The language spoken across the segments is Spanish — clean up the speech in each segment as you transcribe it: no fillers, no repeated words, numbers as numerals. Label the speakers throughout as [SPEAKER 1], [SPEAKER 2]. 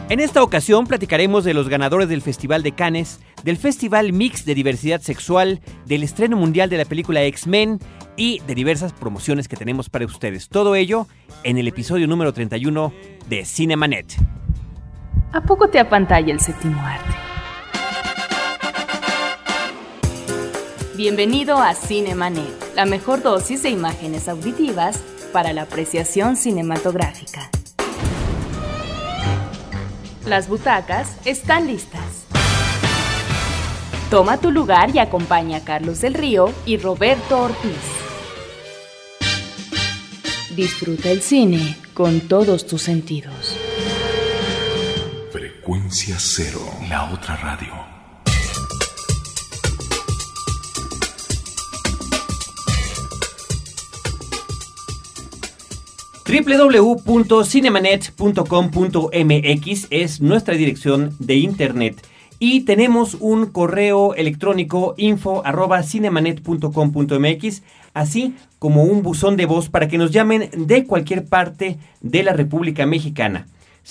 [SPEAKER 1] En esta ocasión platicaremos de los ganadores del Festival de Cannes, del Festival Mix de Diversidad Sexual, del estreno mundial de la película X-Men y de diversas promociones que tenemos para ustedes. Todo ello en el episodio número 31 de Cinemanet.
[SPEAKER 2] ¿A poco te apantalla el séptimo arte? Bienvenido a Cinemanet, la mejor dosis de imágenes auditivas para la apreciación cinematográfica. Las butacas están listas. Toma tu lugar y acompaña a Carlos del Río y Roberto Ortiz. Disfruta el cine con todos tus sentidos.
[SPEAKER 3] Frecuencia Cero, la otra radio.
[SPEAKER 1] www.cinemanet.com.mx es nuestra dirección de internet y tenemos un correo electrónico info@cinemanet.com.mx, así como un buzón de voz para que nos llamen de cualquier parte de la República Mexicana.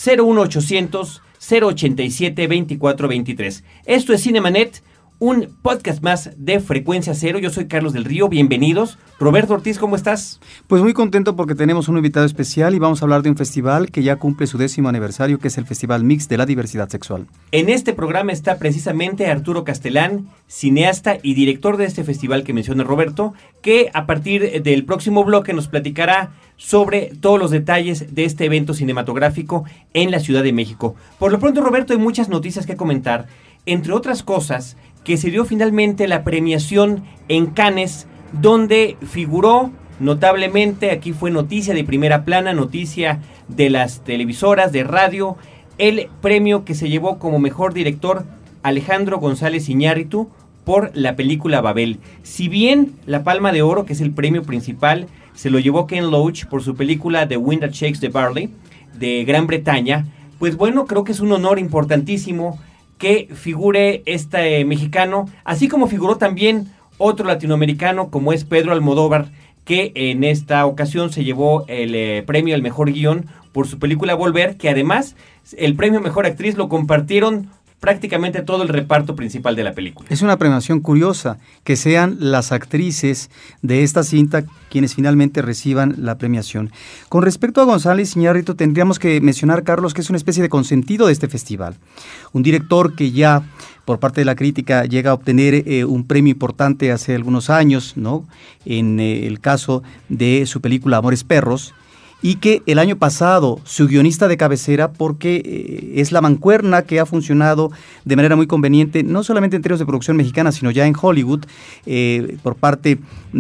[SPEAKER 1] 01800 087 2423. Esto es Cinemanet, un podcast más de Frecuencia Cero. Yo soy Carlos del Río, bienvenidos. Roberto Ortiz, ¿cómo estás?
[SPEAKER 4] Pues muy contento porque tenemos un invitado especial y vamos a hablar de un festival que ya cumple su 10º aniversario, que es el Festival Mix de la Diversidad Sexual.
[SPEAKER 1] En este programa está precisamente Arturo Castelán, cineasta y director de este festival que menciona Roberto, que a partir del próximo bloque nos platicará sobre todos los detalles de este evento cinematográfico en la Ciudad de México. Por lo pronto, Roberto, hay muchas noticias que comentar, entre otras cosas, que se dio finalmente la premiación en Cannes, donde figuró notablemente, aquí fue noticia de primera plana, noticia de las televisoras, de radio, el premio que se llevó como mejor director Alejandro González Iñárritu por la película Babel. Si bien la Palma de Oro, que es el premio principal, se lo llevó Ken Loach por su película The Wind That Shakes the Barley, de Gran Bretaña, pues bueno, creo que es un honor importantísimo que figure este mexicano, así como figuró también otro latinoamericano como es Pedro Almodóvar, que en esta ocasión se llevó el premio al mejor guión por su película Volver, que además el premio mejor actriz lo compartieron prácticamente todo el reparto principal de la película.
[SPEAKER 4] Es una premiación curiosa que sean las actrices de esta cinta quienes finalmente reciban la premiación. Con respecto a González Iñárritu, tendríamos que mencionar, Carlos, que es una especie de consentido de este festival. Un director que ya por parte de la crítica llega a obtener un premio importante hace algunos años, ¿no? En el caso de su película Amores Perros, y que el año pasado su guionista de cabecera, porque es la mancuerna que ha funcionado de manera muy conveniente, no solamente en términos de producción mexicana, sino ya en Hollywood, por parte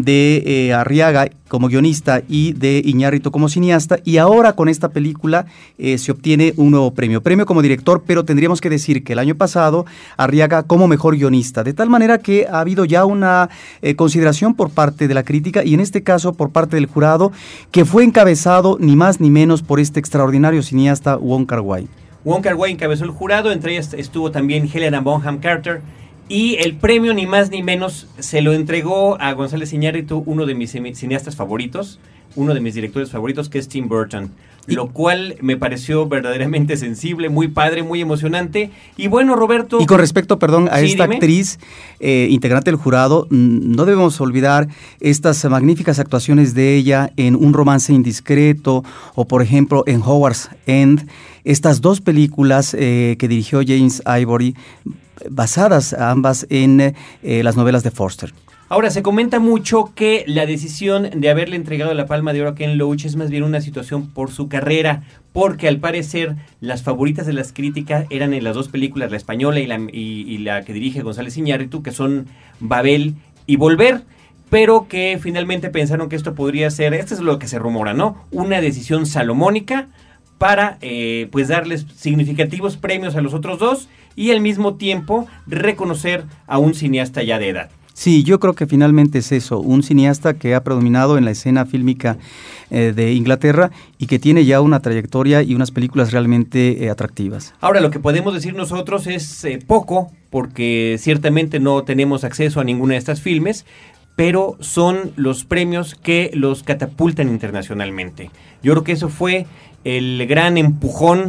[SPEAKER 4] de Arriaga como guionista y de Iñárritu como cineasta, y ahora con esta película se obtiene un nuevo premio como director, pero tendríamos que decir que el año pasado Arriaga como mejor guionista, de tal manera que ha habido ya una consideración por parte de la crítica y en este caso por parte del jurado, que fue encabezado ni más ni menos por este extraordinario cineasta Wong Kar-wai.
[SPEAKER 1] Wong Kar-wai encabezó el jurado, entre ellas estuvo también Helena Bonham Carter, y el premio ni más ni menos se lo entregó a González Iñárritu, uno de mis cineastas favoritos, uno de mis directores favoritos, que es Tim Burton, lo cual me pareció verdaderamente sensible, muy padre, muy emocionante. Y bueno, Roberto...
[SPEAKER 4] Y con respecto, perdón, a
[SPEAKER 1] sí,
[SPEAKER 4] esta actriz, integrante del jurado, no debemos olvidar estas magníficas actuaciones de ella en Un romance indiscreto, o por ejemplo en Howard's End, estas dos películas que dirigió James Ivory, basadas ambas en las novelas de Forster.
[SPEAKER 1] Ahora, se comenta mucho que la decisión de haberle entregado la Palma de Oro a Ken Loach es más bien una situación por su carrera, porque al parecer las favoritas de las críticas eran en las dos películas, la española y la que dirige González Iñárritu, que son Babel y Volver, pero que finalmente pensaron que esto podría ser, esto es lo que se rumora, ¿no? Una decisión salomónica para pues darles significativos premios a los otros dos y al mismo tiempo reconocer a un cineasta ya de edad.
[SPEAKER 4] Sí, yo creo que finalmente es eso, un cineasta que ha predominado en la escena fílmica de Inglaterra y que tiene ya una trayectoria y unas películas realmente atractivas.
[SPEAKER 1] Ahora, lo que podemos decir nosotros es poco, porque ciertamente no tenemos acceso a ninguna de estas filmes, pero son los premios que los catapultan internacionalmente. Yo creo que eso fue el gran empujón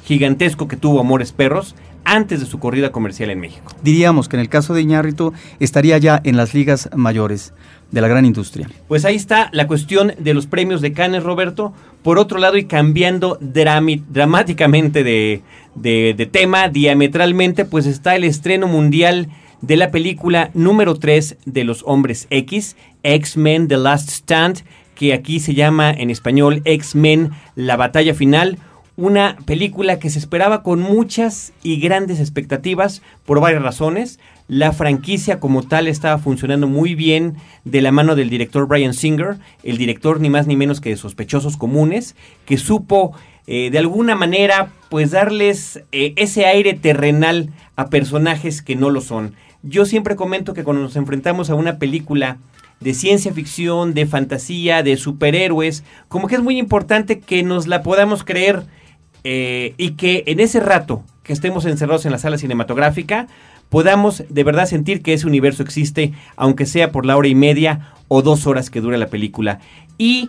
[SPEAKER 1] gigantesco que tuvo Amores Perros antes de su corrida comercial en México.
[SPEAKER 4] Diríamos que en el caso de Iñárritu estaría ya en las ligas mayores de la gran industria.
[SPEAKER 1] Pues ahí está la cuestión de los premios de Cannes, Roberto. Por otro lado, y cambiando dramáticamente de tema, diametralmente, pues está el estreno mundial de la película número 3 de los Hombres X, X-Men The Last Stand, que aquí se llama en español X-Men La Batalla Final. Una película que se esperaba con muchas y grandes expectativas por varias razones. La franquicia como tal estaba funcionando muy bien de la mano del director Bryan Singer, el director ni más ni menos que de Sospechosos Comunes, que supo de alguna manera pues darles ese aire terrenal a personajes que no lo son. Yo siempre comento que cuando nos enfrentamos a una película de ciencia ficción, de fantasía, de superhéroes, como que es muy importante que nos la podamos creer y que en ese rato que estemos encerrados en la sala cinematográfica podamos de verdad sentir que ese universo existe, aunque sea por la hora y media o 2 horas que dura la película. Y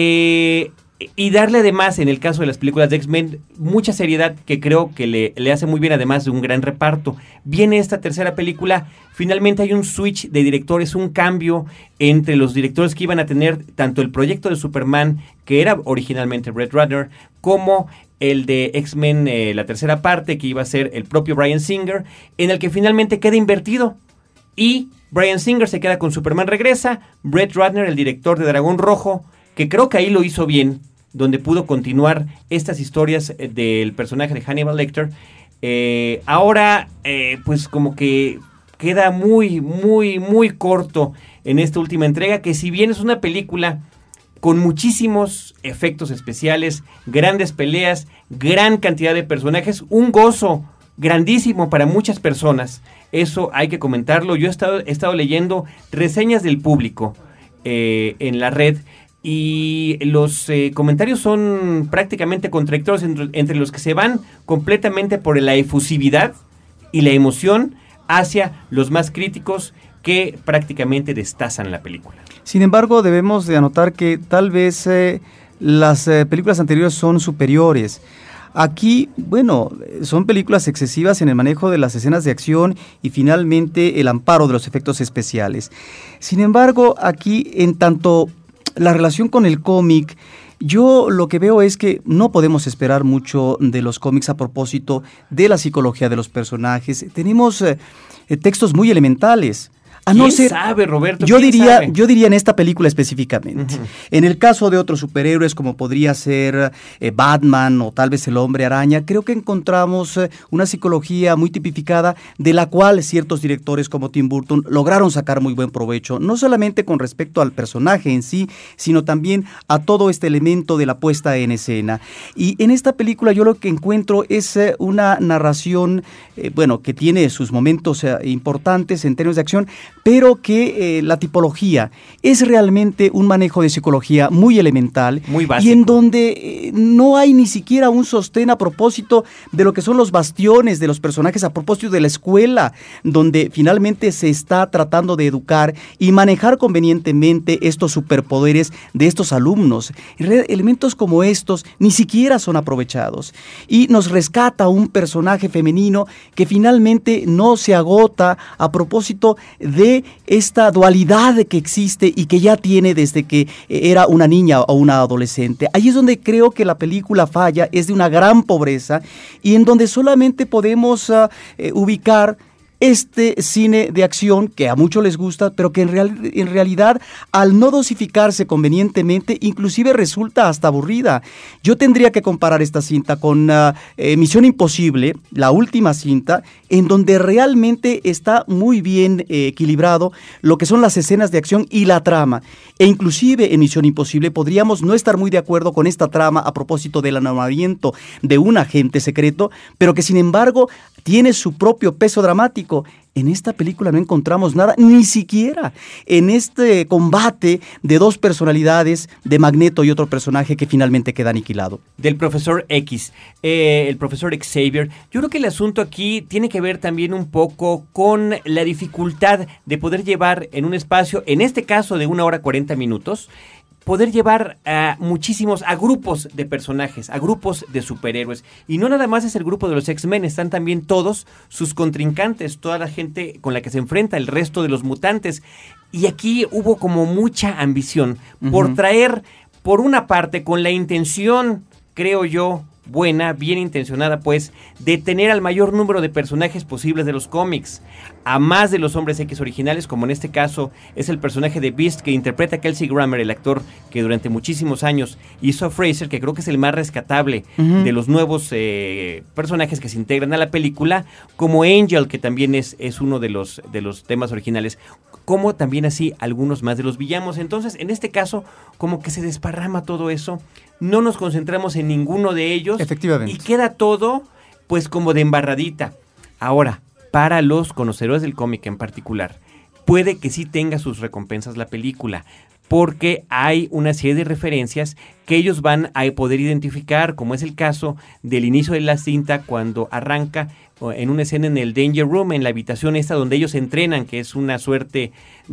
[SPEAKER 1] darle además, en el caso de las películas de X-Men, mucha seriedad que creo que le hace muy bien, además de un gran reparto. Viene esta tercera película, finalmente hay un switch de directores, un cambio entre los directores que iban a tener tanto el proyecto de Superman, que era originalmente Brett Ratner, como el de X-Men, la tercera parte, que iba a ser el propio Bryan Singer, en el que finalmente queda invertido. Y Bryan Singer se queda con Superman Regresa, Brett Ratner, el director de Dragón Rojo, que creo que ahí lo hizo bien, donde pudo continuar estas historias del personaje de Hannibal Lecter. Ahora, pues como que queda muy, muy, muy corto en esta última entrega, que si bien es una película con muchísimos efectos especiales, grandes peleas, gran cantidad de personajes, un gozo grandísimo para muchas personas. Eso hay que comentarlo. Yo he estado leyendo reseñas del público en la red, y los comentarios son prácticamente contradictorios entre los que se van completamente por la efusividad y la emoción hacia los más críticos que prácticamente destazan la película.
[SPEAKER 4] Sin embargo, debemos de anotar que tal vez las películas anteriores son superiores. Aquí, bueno, son películas excesivas en el manejo de las escenas de acción y finalmente el amparo de los efectos especiales. Sin embargo, aquí, en tanto la relación con el cómic, yo lo que veo es que no podemos esperar mucho de los cómics a propósito de la psicología de los personajes. Tenemos textos muy elementales.
[SPEAKER 1] ¿Quién sabe, Roberto?
[SPEAKER 4] Yo diría en esta película específicamente. Uh-huh. En el caso de otros superhéroes, como podría ser Batman o tal vez el Hombre Araña, creo que encontramos una psicología muy tipificada de la cual ciertos directores como Tim Burton lograron sacar muy buen provecho, no solamente con respecto al personaje en sí, sino también a todo este elemento de la puesta en escena. Y en esta película yo lo que encuentro es una narración, que tiene sus momentos importantes en términos de acción, pero que la tipología es realmente un manejo de psicología muy elemental,
[SPEAKER 1] muy básico,
[SPEAKER 4] y en donde no hay ni siquiera un sostén a propósito de lo que son los bastiones de los personajes, a propósito de la escuela, donde finalmente se está tratando de educar y manejar convenientemente estos superpoderes de estos alumnos. Elementos como estos ni siquiera son aprovechados, y nos rescata un personaje femenino que finalmente no se agota a propósito de esta dualidad que existe y que ya tiene desde que era una niña o una adolescente. Ahí es donde creo que la película falla, es de una gran pobreza y en donde solamente podemos ubicar este cine de acción que a muchos les gusta, pero que en realidad al no dosificarse convenientemente, inclusive resulta hasta aburrida. Yo tendría que comparar esta cinta con Misión Imposible, la última cinta, en donde realmente está muy bien equilibrado lo que son las escenas de acción y la trama. E inclusive en Misión Imposible podríamos no estar muy de acuerdo con esta trama a propósito del enamoramiento de un agente secreto, pero que sin embargo tiene su propio peso dramático. En esta película no encontramos nada, ni siquiera en este combate de dos personalidades, de Magneto y otro personaje que finalmente queda aniquilado.
[SPEAKER 1] Del profesor X, el profesor Xavier. Yo creo que el asunto aquí tiene que ver también un poco con la dificultad de poder llevar en un espacio, en este caso de 1 hora 40 minutos, poder llevar a grupos de personajes, a grupos de superhéroes. Y no nada más es el grupo de los X-Men, están también todos sus contrincantes, toda la gente con la que se enfrenta, el resto de los mutantes. Y aquí hubo como mucha ambición por traer, por una parte, con la intención, creo yo, buena, bien intencionada, pues, de tener al mayor número de personajes posibles de los cómics, a más de los Hombres X originales, como en este caso es el personaje de Beast que interpreta a Kelsey Grammer, el actor que durante muchísimos años hizo a Fraser, que creo que es el más rescatable de los nuevos personajes que se integran a la película, como Angel, que también es uno de los temas originales, como también así algunos más de los villanos. Entonces, en este caso, como que se desparrama todo eso, no nos concentramos en ninguno de ellos.
[SPEAKER 4] Efectivamente.
[SPEAKER 1] Y queda todo, pues, como de embarradita. Ahora, para los conocedores del cómic en particular, puede que sí tenga sus recompensas la película, porque hay una serie de referencias que ellos van a poder identificar, como es el caso del inicio de la cinta cuando arranca en una escena en el Danger Room, en la habitación esta donde ellos entrenan, que es una suerte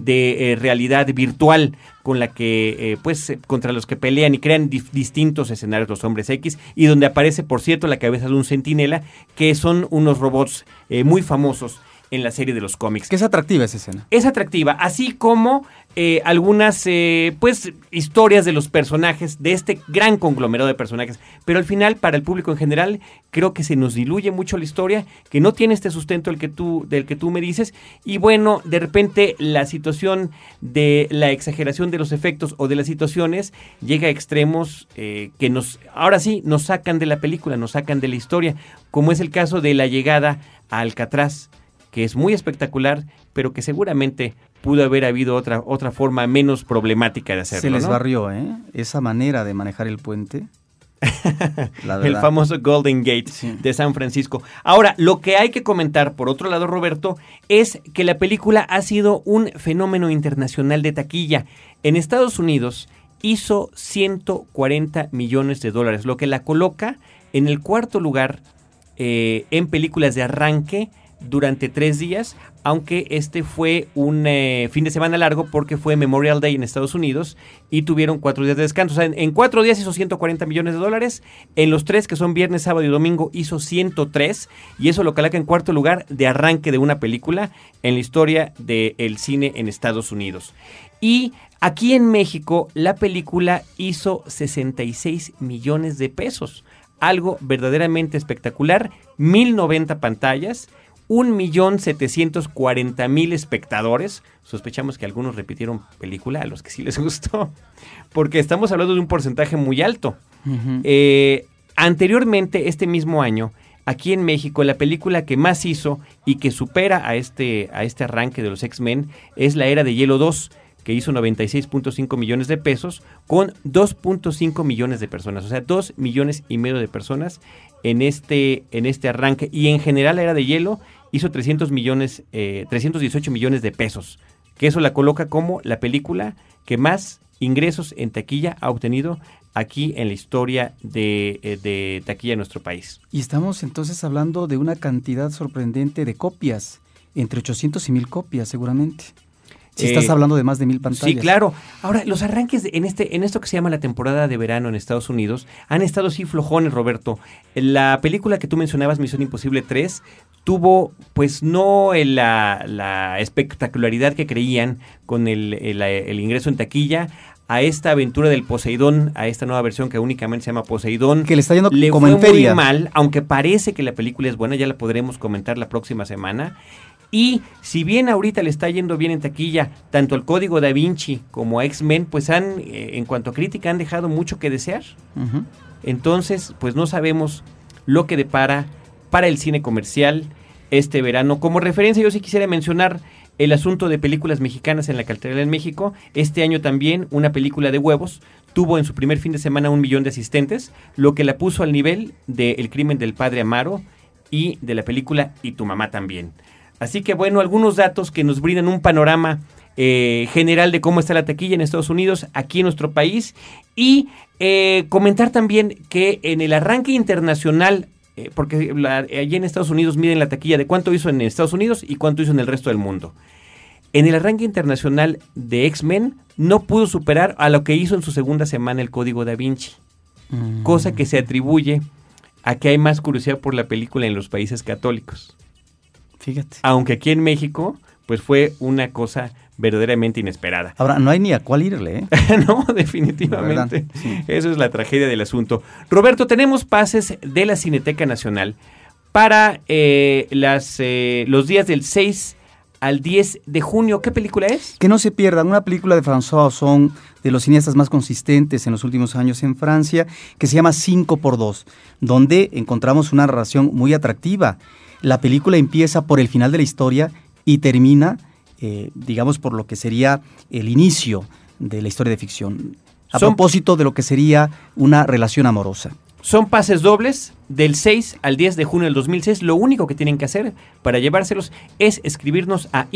[SPEAKER 1] de realidad virtual con la que, contra los que pelean y crean distintos escenarios los Hombres X, y donde aparece, por cierto, la cabeza de un centinela, que son unos robots muy famosos en la serie de los cómics.
[SPEAKER 4] Que es atractiva esa escena.
[SPEAKER 1] Es atractiva, así como algunas historias de los personajes, de este gran conglomerado de personajes, pero al final, para el público en general, creo que se nos diluye mucho la historia, que no tiene este sustento del que tú me dices, y bueno, de repente la situación de la exageración de los efectos o de las situaciones llega a extremos que ahora sí nos sacan de la película, nos sacan de la historia, como es el caso de la llegada a Alcatraz, que es muy espectacular, pero que seguramente pudo haber habido otra forma menos problemática de hacerlo.
[SPEAKER 4] Se les
[SPEAKER 1] ¿no?
[SPEAKER 4] barrió, esa manera de manejar el puente. La verdad.
[SPEAKER 1] El famoso Golden Gate de San Francisco. Ahora, lo que hay que comentar, por otro lado, Roberto, es que la película ha sido un fenómeno internacional de taquilla. En Estados Unidos hizo $140 millones, lo que la coloca en el cuarto lugar en películas de arranque durante 3 días, aunque este fue un fin de semana largo porque fue Memorial Day en Estados Unidos y tuvieron 4 días de descanso. O sea, en 4 días hizo $140 millones, en los 3 que son viernes, sábado y domingo hizo 103, y eso lo coloca en cuarto lugar de arranque de una película en la historia del cine en Estados Unidos. Y aquí en México la película hizo $66 millones, algo verdaderamente espectacular, 1,090 pantallas, 1,740,000 espectadores. Sospechamos que algunos repitieron película, a los que sí les gustó, porque estamos hablando de un porcentaje muy alto. Anteriormente, este mismo año, aquí en México, la película que más hizo y que supera a este arranque de los X-Men es La Era de Hielo 2, que hizo $96.5 millones con 2.5 millones de personas, o sea, 2,5 millones de personas en este arranque. Y en general La Era de Hielo hizo 318 millones de pesos, que eso la coloca como la película que más ingresos en taquilla ha obtenido aquí en la historia de taquilla de nuestro país.
[SPEAKER 4] Y estamos entonces hablando de una cantidad sorprendente de copias, entre 800 y 1,000 copias seguramente. Si estás hablando de más de 1,000 pantallas.
[SPEAKER 1] Sí, claro. Ahora, los arranques en esto que se llama la temporada de verano en Estados Unidos han estado sí flojones, Roberto. La película que tú mencionabas, Misión Imposible 3, tuvo pues no la espectacularidad que creían con el ingreso en taquilla. A esta aventura del Poseidón, a esta nueva versión que únicamente se llama Poseidón,
[SPEAKER 4] que le está yendo
[SPEAKER 1] le
[SPEAKER 4] como
[SPEAKER 1] fue
[SPEAKER 4] en feria.
[SPEAKER 1] muy mal, aunque parece que la película es buena, ya la podremos comentar la próxima semana. Y si bien ahorita le está yendo bien en taquilla, tanto el Código Da Vinci como a X-Men, pues en cuanto a crítica, han dejado mucho que desear. Entonces, pues no sabemos lo que depara para el cine comercial este verano. Como referencia, yo sí quisiera mencionar el asunto de películas mexicanas en la cartelera en México. Este año también una película de huevos tuvo en su primer fin de semana 1 millón de asistentes, lo que la puso al nivel de El crimen del padre Amaro y de la película Y tu mamá también. Así que bueno, algunos datos que nos brindan un panorama general de cómo está la taquilla en Estados Unidos, aquí en nuestro país, y comentar también que en el arranque internacional, porque allí en Estados Unidos miden la taquilla de cuánto hizo en Estados Unidos y cuánto hizo en el resto del mundo. en el arranque internacional de X-Men no pudo superar a lo que hizo en su segunda semana el Código Da Vinci. Cosa que se atribuye a que hay más curiosidad por la película en los países católicos.
[SPEAKER 4] Fíjate.
[SPEAKER 1] Aunque aquí en México, pues fue una cosa verdaderamente inesperada.
[SPEAKER 4] Ahora, no hay ni a cuál irle, ¿eh?
[SPEAKER 1] No, definitivamente.
[SPEAKER 4] Sí.
[SPEAKER 1] Eso es la tragedia del asunto. Roberto, tenemos pases de la Cineteca Nacional para los días del 6 al 10 de junio. ¿Qué película es?
[SPEAKER 4] Que no se pierdan, una película de François Ozon, de los cineastas más consistentes en los últimos años en Francia, que se llama 5x2, donde encontramos una narración muy atractiva. La película empieza por el final de la historia y termina, digamos, por lo que sería el inicio de la historia de ficción, a propósito de lo que sería una relación amorosa.
[SPEAKER 1] Son pases dobles del 6 al 10 de junio del 2006. Lo único que tienen que hacer para llevárselos es escribirnos a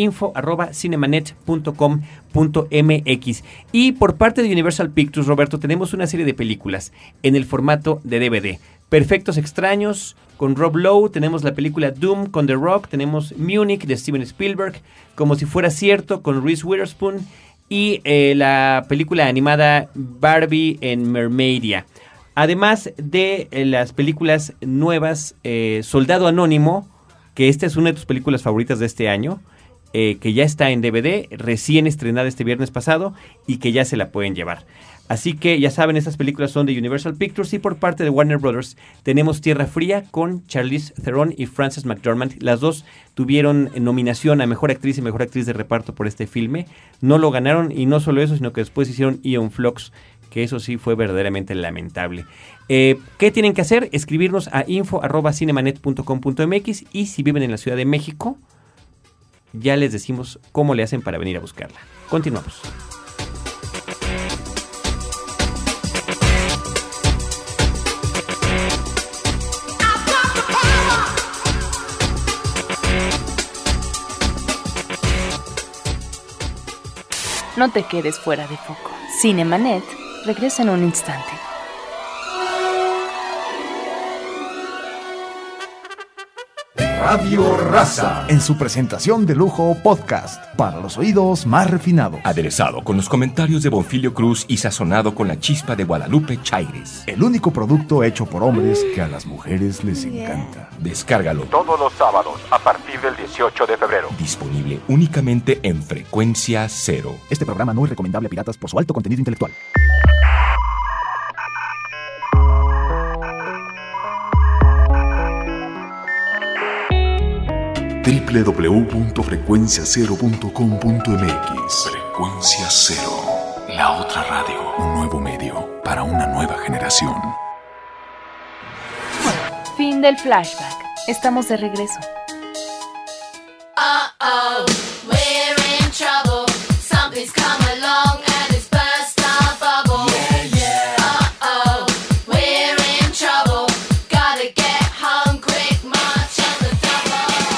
[SPEAKER 1] info@cinemanet.com.mx. Y por parte de Universal Pictures, Roberto, tenemos una serie de películas en el formato de DVD. Perfectos Extraños con Rob Lowe, tenemos la película Doom con The Rock, tenemos Munich de Steven Spielberg, Como si fuera cierto con Reese Witherspoon y la película animada Barbie en Mermaidia. Además de las películas nuevas, Soldado Anónimo, que esta es una de tus películas favoritas de este año, que ya está en DVD, recién estrenada este viernes pasado y que ya se la pueden llevar. Así que ya saben, estas películas son de Universal Pictures y por parte de Warner Brothers tenemos Tierra Fría con Charlize Theron y Frances McDormand. Las dos tuvieron nominación a Mejor Actriz y Mejor Actriz de Reparto por este filme. No lo ganaron y no solo eso, sino que después hicieron Aeon Flux, que eso sí fue verdaderamente lamentable. ¿Qué tienen que hacer? Escribirnos a info@cinemanet.com.mx y si viven en la Ciudad de México, ya les decimos cómo le hacen para venir a buscarla. Continuamos.
[SPEAKER 2] No te quedes fuera de foco. Cinemanet regresa en un instante.
[SPEAKER 5] Radio Raza, en su presentación de lujo podcast, para los oídos más refinados.
[SPEAKER 3] Aderezado con los comentarios de Bonfilio Cruz y sazonado con la chispa de Guadalupe Chaires.
[SPEAKER 5] El único producto hecho por hombres que a las mujeres les encanta.
[SPEAKER 3] Descárgalo
[SPEAKER 6] todos los sábados a partir del 18 de febrero.
[SPEAKER 3] Disponible únicamente en frecuencia cero.
[SPEAKER 5] Este programa no es recomendable a piratas por su alto contenido intelectual.
[SPEAKER 3] www.frecuenciacero.com.mx. Frecuencia Cero, la otra radio. Un nuevo medio para una nueva generación.
[SPEAKER 2] Fin del flashback. Estamos de regreso.
[SPEAKER 7] Uh-oh, we're in trouble. Something's come along and it's burst our bubble. Yeah. Uh-oh, we're in trouble. Gotta get home quick, march on the double.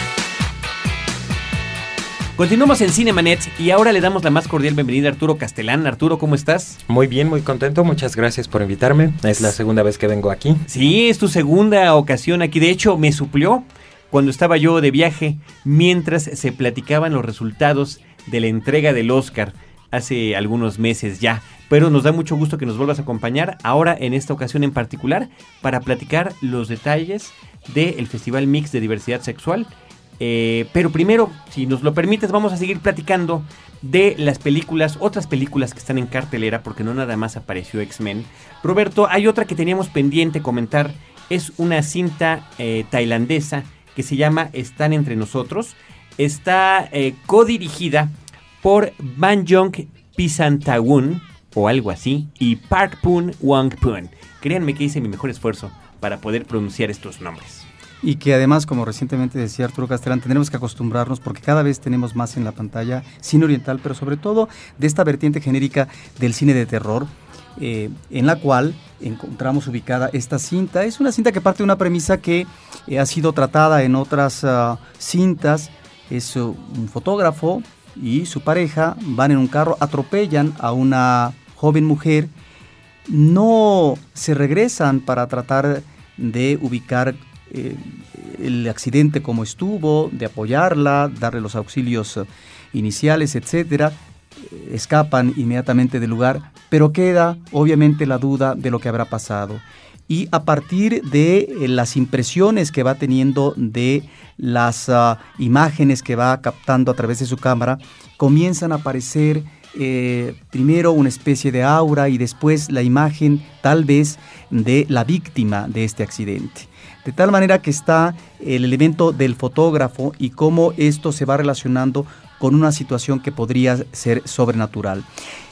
[SPEAKER 1] Continuamos en Cinemanet y ahora le damos la más cordial bienvenida a Arturo Castelán. Arturo, ¿cómo estás?
[SPEAKER 8] Muy bien, muy contento, muchas gracias por invitarme. Es la segunda vez que vengo aquí.
[SPEAKER 1] Sí, es tu segunda ocasión aquí. De hecho, me suplió cuando estaba yo de viaje, mientras se platicaban los resultados de la entrega del Oscar hace algunos meses ya. Pero nos da mucho gusto que nos vuelvas a acompañar ahora en esta ocasión en particular para platicar los detalles del Festival Mix de Diversidad Sexual. Pero primero, si nos lo permites, vamos a seguir platicando de las películas, otras películas que están en cartelera, porque no nada más apareció X-Men. Roberto, hay otra que teníamos pendiente comentar, es una cinta tailandesa que se llama Están entre nosotros. Está codirigida por Banjong Pisantawun, o algo así, y Park Poon Wangpun. Créanme que hice mi mejor esfuerzo para poder pronunciar estos nombres.
[SPEAKER 4] Y que además, como recientemente decía Arturo Castelán, tendremos que acostumbrarnos porque cada vez tenemos más en la pantalla cine oriental, pero sobre todo de esta vertiente genérica del cine de terror, en la cual encontramos ubicada esta cinta. Es una cinta que parte de una premisa que ha sido tratada en otras cintas. Es un fotógrafo y su pareja van en un carro, atropellan a una joven mujer, no se regresan para tratar de ubicar el accidente como estuvo, de apoyarla, darle los auxilios iniciales, etcétera. Escapan inmediatamente del lugar, pero queda obviamente la duda de lo que habrá pasado. Y a partir de las impresiones que va teniendo de las imágenes que va captando a través de su cámara, comienzan a aparecer primero una especie de aura y después la imagen tal vez de la víctima de este accidente. De tal manera que está el elemento del fotógrafo y cómo esto se va relacionando con una situación que podría ser sobrenatural.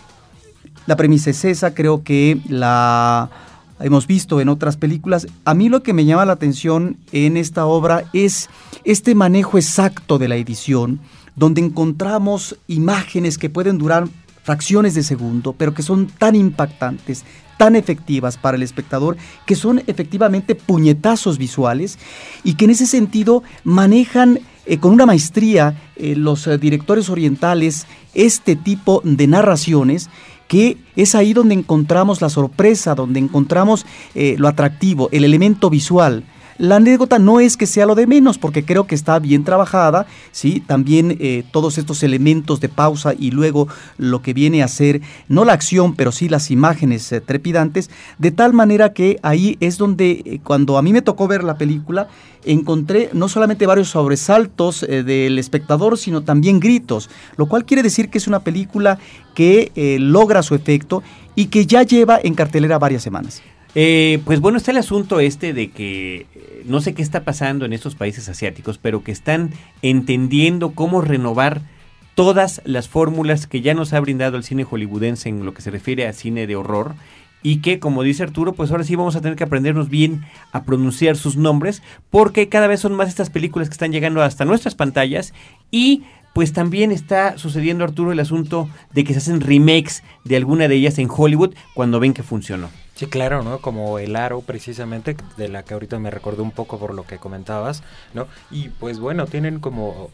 [SPEAKER 4] La premisa es esa, creo que la hemos visto en otras películas. A mí lo que me llama la atención en esta obra es este manejo exacto de la edición, donde encontramos imágenes que pueden durar fracciones de segundo, pero que son tan impactantes, tan efectivas para el espectador, que son efectivamente puñetazos visuales y que en ese sentido manejan con una maestría los directores orientales este tipo de narraciones, que es ahí donde encontramos la sorpresa, donde encontramos lo atractivo, el elemento visual. La anécdota no es que sea lo de menos, porque creo que está bien trabajada, ¿sí? También todos estos elementos de pausa y luego lo que viene a ser, no la acción, pero sí las imágenes trepidantes, de tal manera que ahí es donde, cuando a mí me tocó ver la película, encontré no solamente varios sobresaltos del espectador, sino también gritos, lo cual quiere decir que es una película que logra su efecto y que ya lleva en cartelera varias semanas.
[SPEAKER 1] Pues bueno, está el asunto de que no sé qué está pasando en estos países asiáticos, pero que están entendiendo cómo renovar todas las fórmulas que ya nos ha brindado el cine hollywoodense en lo que se refiere a cine de horror, y que, como dice Arturo, pues ahora sí vamos a tener que aprendernos bien a pronunciar sus nombres, porque cada vez son más estas películas que están llegando hasta nuestras pantallas. Y pues también está sucediendo, Arturo, el asunto de que se hacen remakes de alguna de ellas en Hollywood cuando ven que funcionó.
[SPEAKER 8] Sí, claro, ¿no? Como El Aro, precisamente, de la que ahorita me recordé un poco por lo que comentabas, ¿no? Y pues bueno, tienen como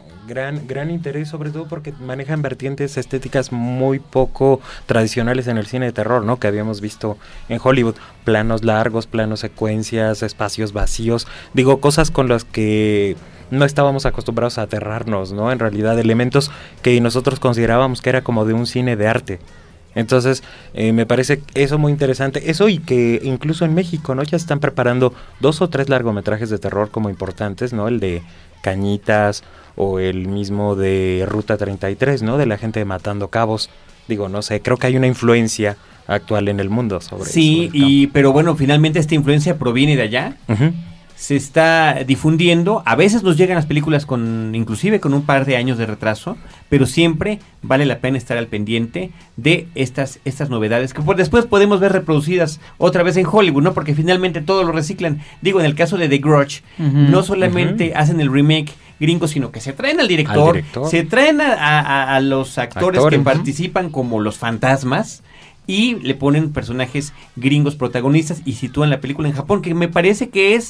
[SPEAKER 8] gran interés, sobre todo porque manejan vertientes estéticas muy poco tradicionales en el cine de terror, ¿no? Que habíamos visto en Hollywood, planos largos, planos secuencias, espacios vacíos, digo, cosas con las que no estábamos acostumbrados a aterrarnos, ¿no? En realidad, elementos que nosotros considerábamos que era como de un cine de arte. Entonces, me parece eso muy interesante. Eso, y que incluso en México, ¿no? Ya están preparando 2 o 3 largometrajes de terror como importantes, ¿no? El de Cañitas o el mismo de Ruta 33, ¿no? De la gente Matando Cabos. Digo, no sé, creo que hay una influencia actual en el mundo sobre eso.
[SPEAKER 1] Sí, pero bueno, finalmente esta influencia proviene de allá. Uh-huh. Se está difundiendo, a veces nos llegan las películas inclusive con un par de años de retraso, pero siempre vale la pena estar al pendiente de estas novedades que después podemos ver reproducidas otra vez en Hollywood, ¿no? Porque finalmente todo lo reciclan. Digo, en el caso de The Grudge, no solamente hacen el remake gringo, sino que se traen al director. Se traen a los actores que participan como los fantasmas, y le ponen personajes gringos protagonistas y sitúan la película en Japón, que me parece que es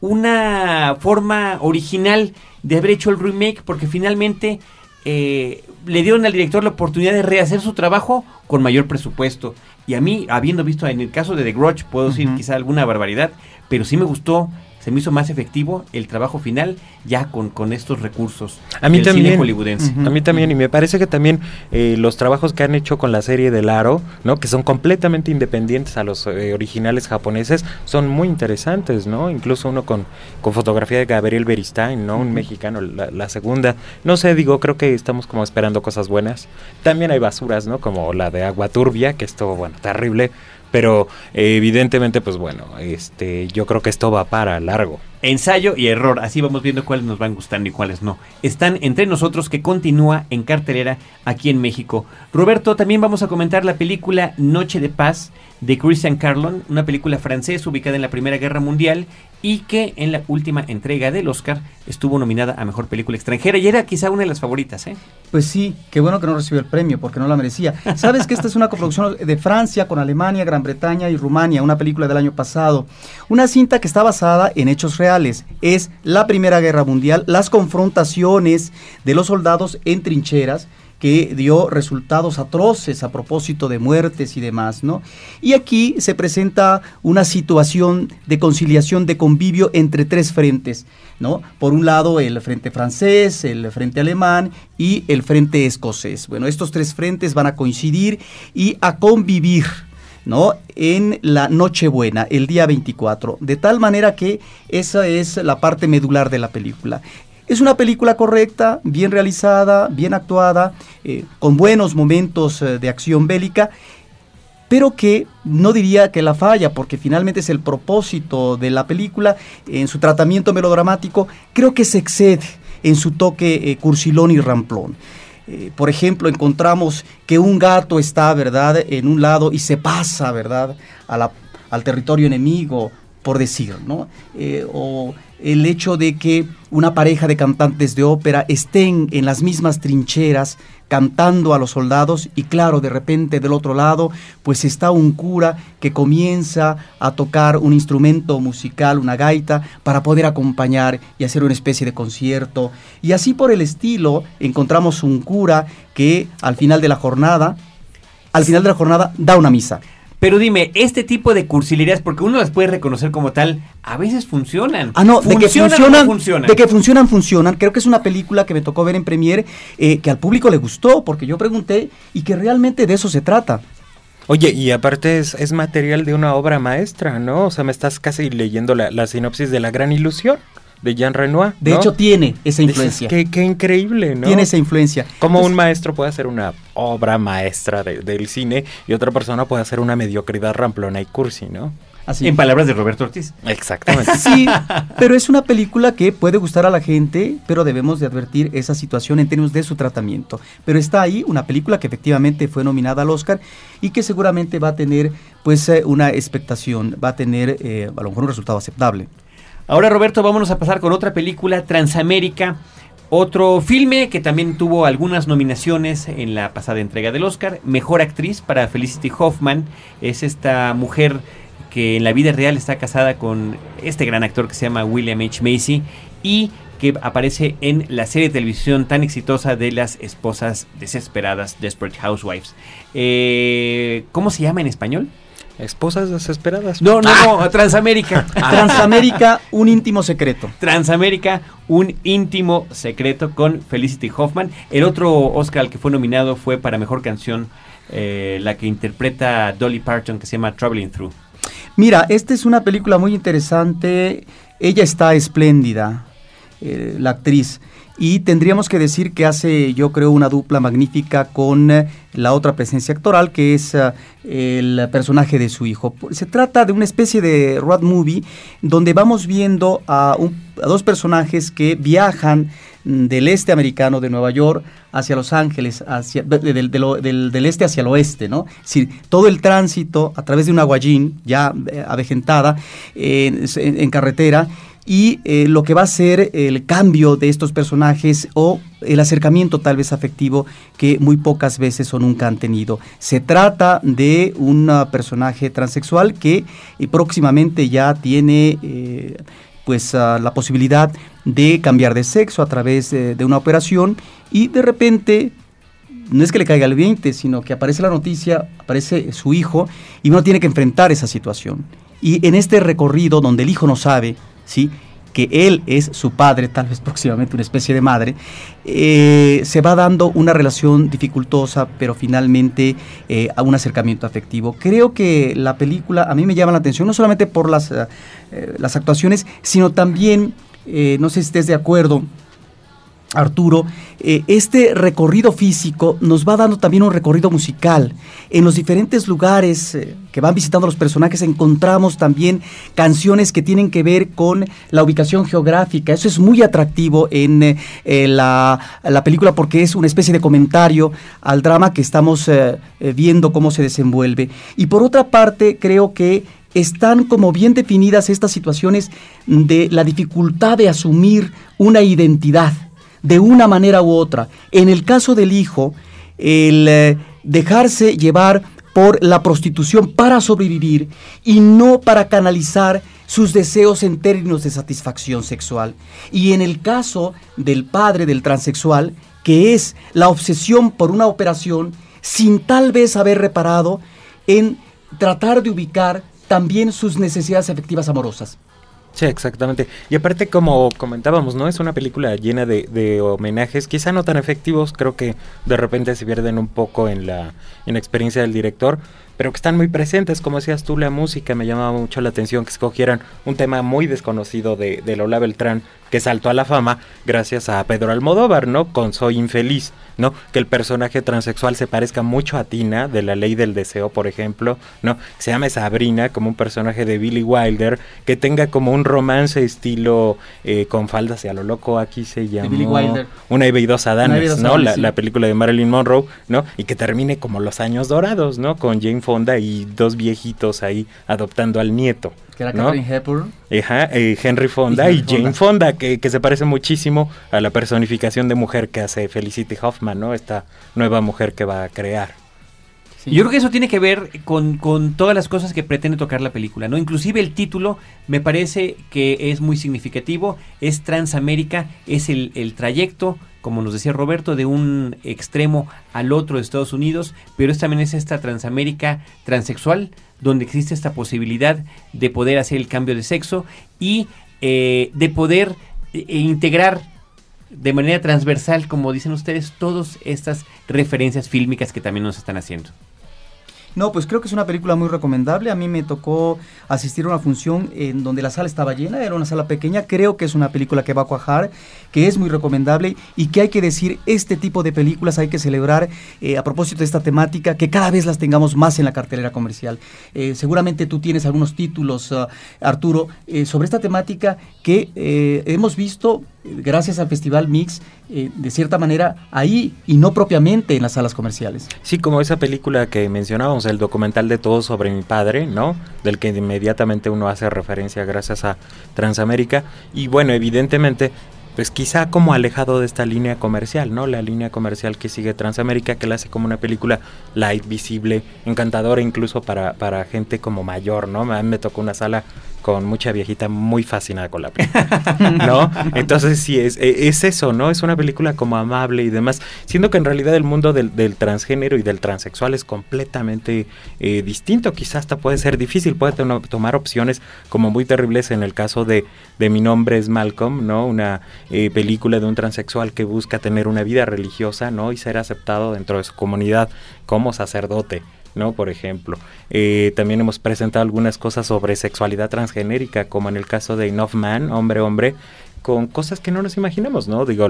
[SPEAKER 1] una forma original de haber hecho el remake, porque finalmente le dieron al director la oportunidad de rehacer su trabajo con mayor presupuesto. Y a mí, habiendo visto en el caso de The Grudge, puedo decir quizá alguna barbaridad, pero sí me gustó, se me hizo más efectivo el trabajo final ya con estos recursos del cine hollywoodense.
[SPEAKER 8] A mí también, y me parece que también los trabajos que han hecho con la serie del Aro, ¿no? Que son completamente independientes a los originales japoneses, son muy interesantes, ¿no? Incluso uno con fotografía de Gabriel Beristain, ¿no? Un mexicano, la segunda. No sé, digo, creo que estamos como esperando cosas buenas. También hay basuras, ¿no? Como la de Agua Turbia, que estuvo, bueno, terrible. Pero evidentemente, pues bueno, yo creo que esto va para largo.
[SPEAKER 1] Ensayo y error, así vamos viendo cuáles nos van gustando y cuáles no. Están Entre Nosotros, que continúa en cartelera aquí en México. Roberto, también vamos a comentar la película Noche de Paz de Christian Carlon, una película francesa ubicada en la Primera Guerra Mundial y que en la última entrega del Oscar estuvo nominada a Mejor Película Extranjera y era quizá una de las favoritas, ¿eh?
[SPEAKER 4] Pues sí, qué bueno que no recibió el premio porque no la merecía. ¿Sabes que esta es una coproducción de Francia con Alemania, Gran Bretaña y Rumania, una película del año pasado? Una cinta que está basada en hechos reales. Es la Primera Guerra Mundial, las confrontaciones de los soldados en trincheras, que dio resultados atroces a propósito de muertes y demás, ¿no? Y aquí se presenta una situación de conciliación, de convivio entre tres frentes, ¿no? Por un lado el frente francés, el frente alemán y el frente escocés. Bueno, estos tres frentes van a coincidir y a convivir, ¿no? En la Nochebuena, el día 24, de tal manera que esa es la parte medular de la película. Es una película correcta, bien realizada, bien actuada, con buenos momentos de acción bélica, pero que no diría que la falla, porque finalmente es el propósito de la película. En su tratamiento melodramático, creo que se excede en su toque cursilón y ramplón. Por ejemplo, encontramos que un gato está, ¿verdad?, en un lado y se pasa, ¿verdad?, al territorio enemigo, por decir, ¿no? O el hecho de que una pareja de cantantes de ópera estén en las mismas trincheras cantando a los soldados y claro, de repente del otro lado pues está un cura que comienza a tocar un instrumento musical, una gaita, para poder acompañar y hacer una especie de concierto. Y así por el estilo encontramos un cura que al final de la jornada da una misa.
[SPEAKER 1] Pero dime, este tipo de cursilerías, porque uno las puede reconocer como tal, a veces funcionan.
[SPEAKER 4] Ah, no, de que funcionan.
[SPEAKER 1] Funcionan.
[SPEAKER 4] Creo que es una película que me tocó ver en premiere, que al público le gustó, porque yo pregunté, y que realmente de eso se trata.
[SPEAKER 8] Oye, y aparte es material de una obra maestra, ¿no? O sea, me estás casi leyendo la sinopsis de La Gran Ilusión, de Jean Renoir, ¿no?
[SPEAKER 4] De hecho, tiene esa influencia.
[SPEAKER 8] Qué increíble, ¿no?
[SPEAKER 4] Tiene esa influencia.
[SPEAKER 8] Como un maestro puede hacer una obra maestra del cine y otra persona puede hacer una mediocridad ramplona y cursi, ¿no?
[SPEAKER 4] Así.
[SPEAKER 1] En palabras de Roberto Ortiz.
[SPEAKER 8] Exactamente.
[SPEAKER 4] Sí, pero es una película que puede gustar a la gente, pero debemos de advertir esa situación en términos de su tratamiento. Pero está ahí una película que efectivamente fue nominada al Oscar y que seguramente va a tener pues una expectación, va a tener a lo mejor un resultado aceptable.
[SPEAKER 1] Ahora, Roberto, vámonos a pasar con otra película, Transamérica, otro filme que también tuvo algunas nominaciones en la pasada entrega del Oscar. Mejor actriz para Felicity Huffman, es esta mujer que en la vida real está casada con este gran actor que se llama William H. Macy y que aparece en la serie de televisión tan exitosa de las esposas desesperadas, Desperate Housewives. ¿Cómo se llama en español?
[SPEAKER 8] Esposas desesperadas.
[SPEAKER 1] No, Transamérica.
[SPEAKER 4] Transamérica, un íntimo secreto.
[SPEAKER 1] Transamérica, un íntimo secreto con Felicity Huffman. El otro Oscar al que fue nominado fue para Mejor Canción, la que interpreta Dolly Parton, que se llama Traveling Through.
[SPEAKER 4] Mira, esta es una película muy interesante. Ella está espléndida, la actriz. Y tendríamos que decir que hace, yo creo, una dupla magnífica con la otra presencia actoral, que es el personaje de su hijo. Se trata de una especie de road movie donde vamos viendo a dos personajes que viajan del este americano, de Nueva York, hacia Los Ángeles, del este hacia el oeste, ¿no? Es decir, todo el tránsito a través de una guayín ya avejentada en carretera, y lo que va a ser el cambio de estos personajes o el acercamiento tal vez afectivo que muy pocas veces o nunca han tenido. Se trata de un personaje transexual que próximamente ya tiene la posibilidad de cambiar de sexo a través de una operación, y de repente no es que le caiga el 20, sino que aparece la noticia, aparece su hijo y uno tiene que enfrentar esa situación. Y en este recorrido donde el hijo no sabe, ¿sí?, que él es su padre, tal vez próximamente una especie de madre, se va dando una relación dificultosa, pero finalmente a un acercamiento afectivo. Creo que la película a mí me llama la atención, no solamente por las actuaciones, sino también, no sé si estés de acuerdo, Arturo, este recorrido físico nos va dando también un recorrido musical. En los diferentes lugares que van visitando los personajes encontramos también canciones que tienen que ver con la ubicación geográfica. Eso es muy atractivo en la película, porque es una especie de comentario al drama que estamos viendo cómo se desenvuelve. Y por otra parte, creo que están como bien definidas estas situaciones de la dificultad de asumir una identidad de una manera u otra. En el caso del hijo, el dejarse llevar por la prostitución para sobrevivir y no para canalizar sus deseos en términos de satisfacción sexual. Y en el caso del padre del transexual, que es la obsesión por una operación sin tal vez haber reparado en tratar de ubicar también sus necesidades afectivas amorosas.
[SPEAKER 8] Sí, exactamente. Y aparte, como comentábamos, ¿no? Es una película llena de homenajes, quizá no tan efectivos, creo que de repente se pierden un poco en la experiencia del director, pero que están muy presentes. Como decías tú, la música, me llamaba mucho la atención que escogieran un tema muy desconocido de Lola Beltrán, que saltó a la fama gracias a Pedro Almodóvar, ¿no? Con Soy Infeliz, ¿no? Que el personaje transexual se parezca mucho a Tina, de La Ley del Deseo, por ejemplo, ¿no? Que se llame Sabrina, como un personaje de Billy Wilder, que tenga como un romance estilo con faldas y a lo loco, aquí se llama
[SPEAKER 4] Billy Wilder.
[SPEAKER 8] Una Eva y dos Adanes, ¿no?
[SPEAKER 4] Adanes, sí.
[SPEAKER 8] La película de Marilyn Monroe, ¿no? Y que termine como Los Años Dorados, ¿no? Con Jane Fonda y dos viejitos ahí adoptando al nieto,
[SPEAKER 4] Que era
[SPEAKER 8] ¿no?
[SPEAKER 4] Katharine Hepburn.
[SPEAKER 8] Ajá, Henry Fonda y Jane Fonda, que se parece muchísimo a la personificación de mujer que hace Felicity Huffman, ¿no? Esta nueva mujer que va a crear.
[SPEAKER 4] Sí.
[SPEAKER 1] Yo creo que eso tiene que ver con todas las cosas que pretende tocar la película, ¿no? Inclusive el título me parece que es muy significativo, es Transamérica, es el trayecto, como nos decía Roberto, de un extremo al otro de Estados Unidos, pero también es esta Transamérica transexual, donde existe esta posibilidad de poder hacer el cambio de sexo y de poder integrar de manera transversal, como dicen ustedes, todas estas referencias fílmicas que también nos están haciendo.
[SPEAKER 4] No, pues creo que es una película muy recomendable. A mí me tocó asistir a una función en donde la sala estaba llena, era una sala pequeña. Creo que es una película que va a cuajar, que es muy recomendable y que hay que decir, este tipo de películas hay que celebrar a propósito de esta temática, que cada vez las tengamos más en la cartelera comercial. Seguramente tú tienes algunos títulos, Arturo, sobre esta temática que hemos visto gracias al Festival Mix, de cierta manera ahí y no propiamente en las salas comerciales.
[SPEAKER 8] Sí, como esa película que mencionábamos, el documental de Todo sobre mi padre, ¿no? Del que inmediatamente uno hace referencia gracias a Transamérica. Y bueno, evidentemente, pues quizá como alejado de esta línea comercial, ¿no? La línea comercial que sigue Transamérica, que la hace como una película light, visible, encantadora incluso para gente como mayor, ¿no? A mí me tocó una sala con mucha viejita muy fascinada con la película, ¿no? Entonces sí, es eso, ¿no? Es una película como amable y demás, siendo que en realidad el mundo del transgénero y del transexual es completamente distinto, quizás hasta puede ser difícil, puede tomar opciones como muy terribles en el caso de Mi nombre es Malcolm, ¿no? Una película de un transexual que busca tener una vida religiosa, ¿no? Y ser aceptado dentro de su comunidad como sacerdote, ¿no? Por ejemplo, también hemos presentado algunas cosas sobre sexualidad transgenérica, como en el caso de Enough Man, hombre, con cosas que no nos imaginamos, ¿no? Digo,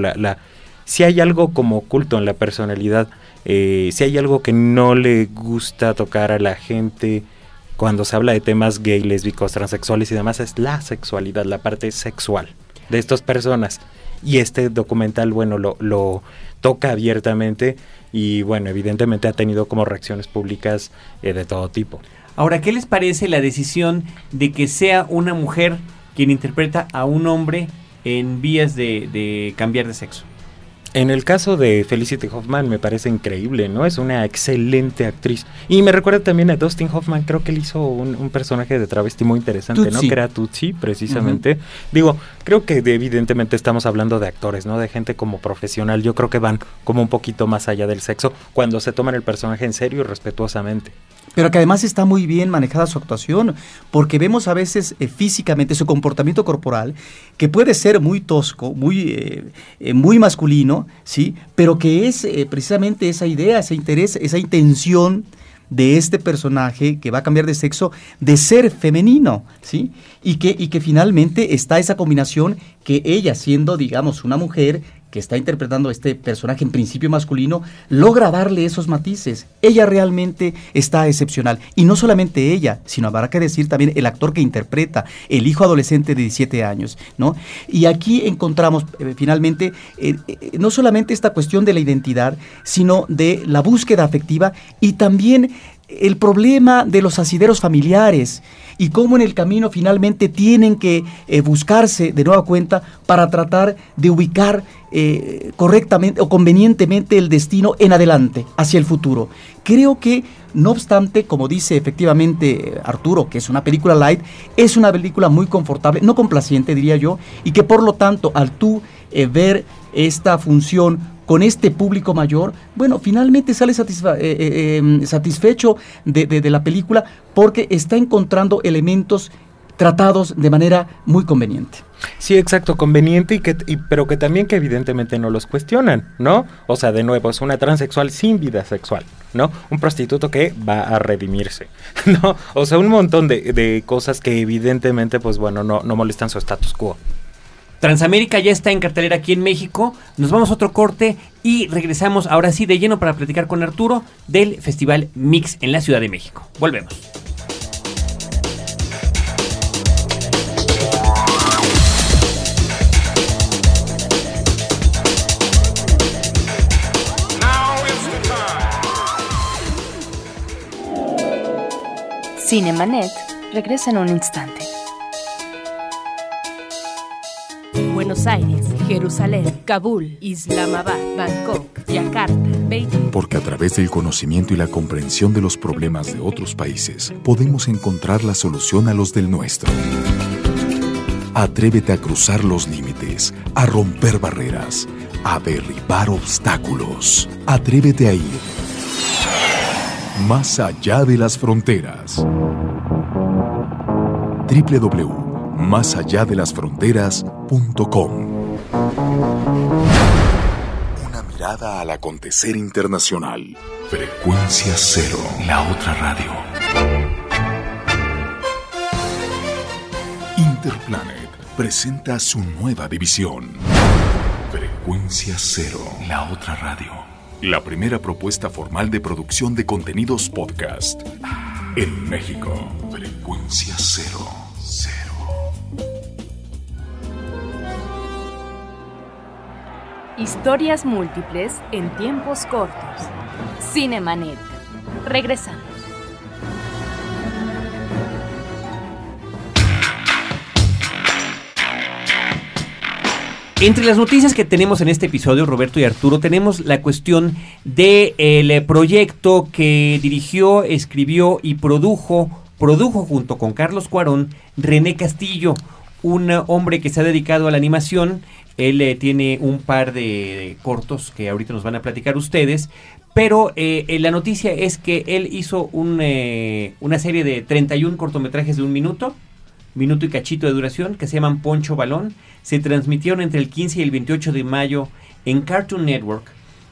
[SPEAKER 8] si hay algo como oculto en la personalidad, si hay algo que no le gusta tocar a la gente cuando se habla de temas gay, lésbicos, transexuales y demás, es la sexualidad, la parte sexual de estas personas. Y este documental, bueno, lo toca abiertamente y, bueno, evidentemente ha tenido como reacciones públicas de todo tipo.
[SPEAKER 1] Ahora, ¿qué les parece la decisión de que sea una mujer quien interpreta a un hombre en vías de cambiar de sexo?
[SPEAKER 8] En el caso de Felicity Huffman me parece increíble, ¿no? Es una excelente actriz. Y me recuerda también a Dustin Hoffman, creo que él hizo un personaje de travesti muy interesante,
[SPEAKER 4] Tootsie,
[SPEAKER 8] ¿no? Que era Tootsie, precisamente. Digo, creo que evidentemente estamos hablando de actores, ¿no? De gente como profesional. Yo creo que van como un poquito más allá del sexo cuando se toman el personaje en serio y respetuosamente.
[SPEAKER 4] Pero que además está muy bien manejada su actuación, porque vemos a veces físicamente su comportamiento corporal, que puede ser muy tosco, muy masculino, ¿sí? Pero que es precisamente esa idea, ese interés, esa intención de este personaje que va a cambiar de sexo, de ser femenino, ¿sí? Y que finalmente está esa combinación que ella, siendo, digamos, una mujer que está interpretando a este personaje en principio masculino, logra darle esos matices. Ella realmente está excepcional. Y no solamente ella, sino habrá que decir también el actor que interpreta, el hijo adolescente de 17 años, ¿no? Y aquí encontramos finalmente no solamente esta cuestión de la identidad, sino de la búsqueda afectiva y también el problema de los asideros familiares y cómo en el camino finalmente tienen que buscarse de nueva cuenta para tratar de ubicar correctamente o convenientemente el destino en adelante, hacia el futuro. Creo que, no obstante, como dice efectivamente Arturo, que es una película light, es una película muy confortable, no complaciente diría yo, y que por lo tanto al tú ver esta función con este público mayor, bueno, finalmente sale satisfecho de la película porque está encontrando elementos tratados de manera muy conveniente.
[SPEAKER 8] Sí, exacto, conveniente pero que también que evidentemente no los cuestionan, ¿no? O sea, de nuevo, es una transexual sin vida sexual, ¿no? Un prostituto que va a redimirse, ¿no? O sea, un montón de cosas que evidentemente, pues bueno, no molestan su status quo.
[SPEAKER 1] Transamérica ya está en cartelera aquí en México. Nos vamos a otro corte y regresamos ahora sí de lleno para platicar con Arturo del Festival Mix en la Ciudad de México. Volvemos.
[SPEAKER 2] Cinemanet regresa en un instante. Buenos Aires, Jerusalén, Kabul, Islamabad, Bangkok, Yakarta, Beijing.
[SPEAKER 3] Porque a través del conocimiento y la comprensión de los problemas de otros países, podemos encontrar la solución a los del nuestro. Atrévete a cruzar los límites, a romper barreras, a derribar obstáculos. Atrévete a ir más allá de las fronteras. www.másalladelasfronteras.com. Una mirada al acontecer internacional. Frecuencia Cero, la otra radio. Interplanet presenta su nueva división. Frecuencia Cero, la otra radio. La primera propuesta formal de producción de contenidos podcast en México. Frecuencia Cero.
[SPEAKER 2] Historias múltiples en tiempos cortos. Cinemanet. Regresamos.
[SPEAKER 1] Entre las noticias que tenemos en este episodio, Roberto y Arturo, tenemos la cuestión del proyecto que dirigió, escribió y produjo junto con Carlos Cuarón, René Castillo, un hombre que se ha dedicado a la animación. Él tiene un par de cortos que ahorita nos van a platicar ustedes, pero la noticia es que él hizo una serie de 31 cortometrajes de un minuto y cachito de duración, que se llaman Poncho Balón. Se transmitieron entre el 15 y el 28 de mayo en Cartoon Network,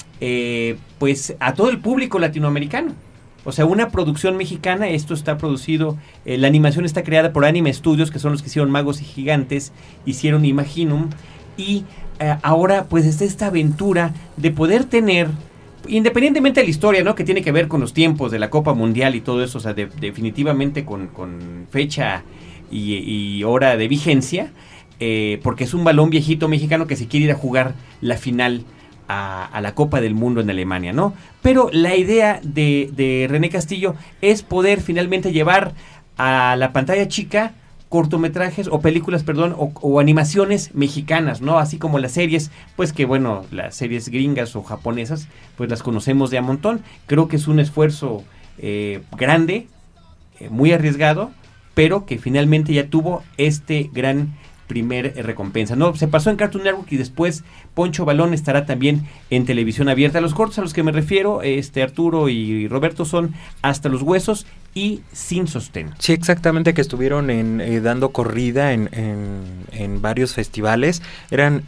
[SPEAKER 1] pues a todo el público latinoamericano. O sea, una producción mexicana. Esto está producido, la animación está creada por Anime Studios, que son los que hicieron Magos y Gigantes, hicieron Imaginum, y ahora pues está esta aventura de poder tener, independientemente de la historia, ¿no?, que tiene que ver con los tiempos de la Copa Mundial y todo eso, o sea, definitivamente con fecha y hora de vigencia, porque es un balón viejito mexicano que se quiere ir a jugar la final a la Copa del Mundo en Alemania, ¿no? Pero la idea de René Castillo es poder finalmente llevar a la pantalla chica cortometrajes o películas, o animaciones mexicanas, ¿no? Así como las series, pues que bueno, las series gringas o japonesas, pues las conocemos de a montón. Creo que es un esfuerzo grande, muy arriesgado, pero que finalmente ya tuvo este gran primer recompensa, ¿no? Se pasó en Cartoon Network y después Poncho Balón estará también en televisión abierta. Los cortos a los que me refiero, Arturo y Roberto, son Hasta los Huesos y Sin Sostén.
[SPEAKER 8] Sí, exactamente, que estuvieron dando corrida en varios festivales. Eran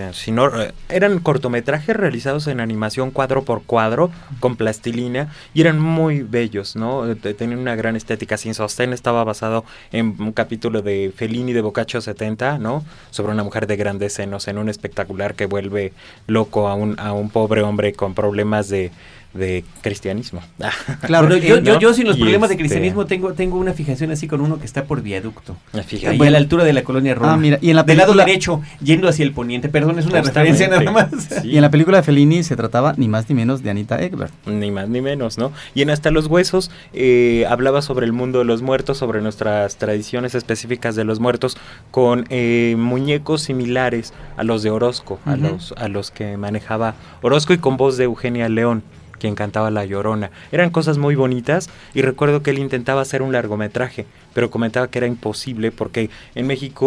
[SPEAKER 8] cortometrajes realizados en animación cuadro por cuadro, con plastilina, y eran muy bellos, ¿no? Tenían una gran estética. Sin Sostén estaba basado en un capítulo de Fellini de Boccaccio 70, ¿no? Sobre una mujer de grandes senos en un espectacular que vuelve loco a un pobre hombre con problemas de cristianismo.
[SPEAKER 1] Claro, bueno, yo sin los problemas de cristianismo tengo una fijación así con uno que está por Viaducto, ahí a la altura de la colonia Roma.
[SPEAKER 4] Mira, y en la
[SPEAKER 1] del lado derecho, yendo hacia el poniente. Perdón, es una referencia nada más.
[SPEAKER 4] Sí. Y en la película de Fellini se trataba ni más ni menos de Anita Ekberg.
[SPEAKER 8] Ni más ni menos, ¿no? Y en Hasta los Huesos hablaba sobre el mundo de los muertos, sobre nuestras tradiciones específicas de los muertos, con muñecos similares a los de Orozco, a los que manejaba Orozco, y con voz de Eugenia León, quien cantaba La Llorona. Eran cosas muy bonitas, y recuerdo que él intentaba hacer un largometraje, pero comentaba que era imposible porque en México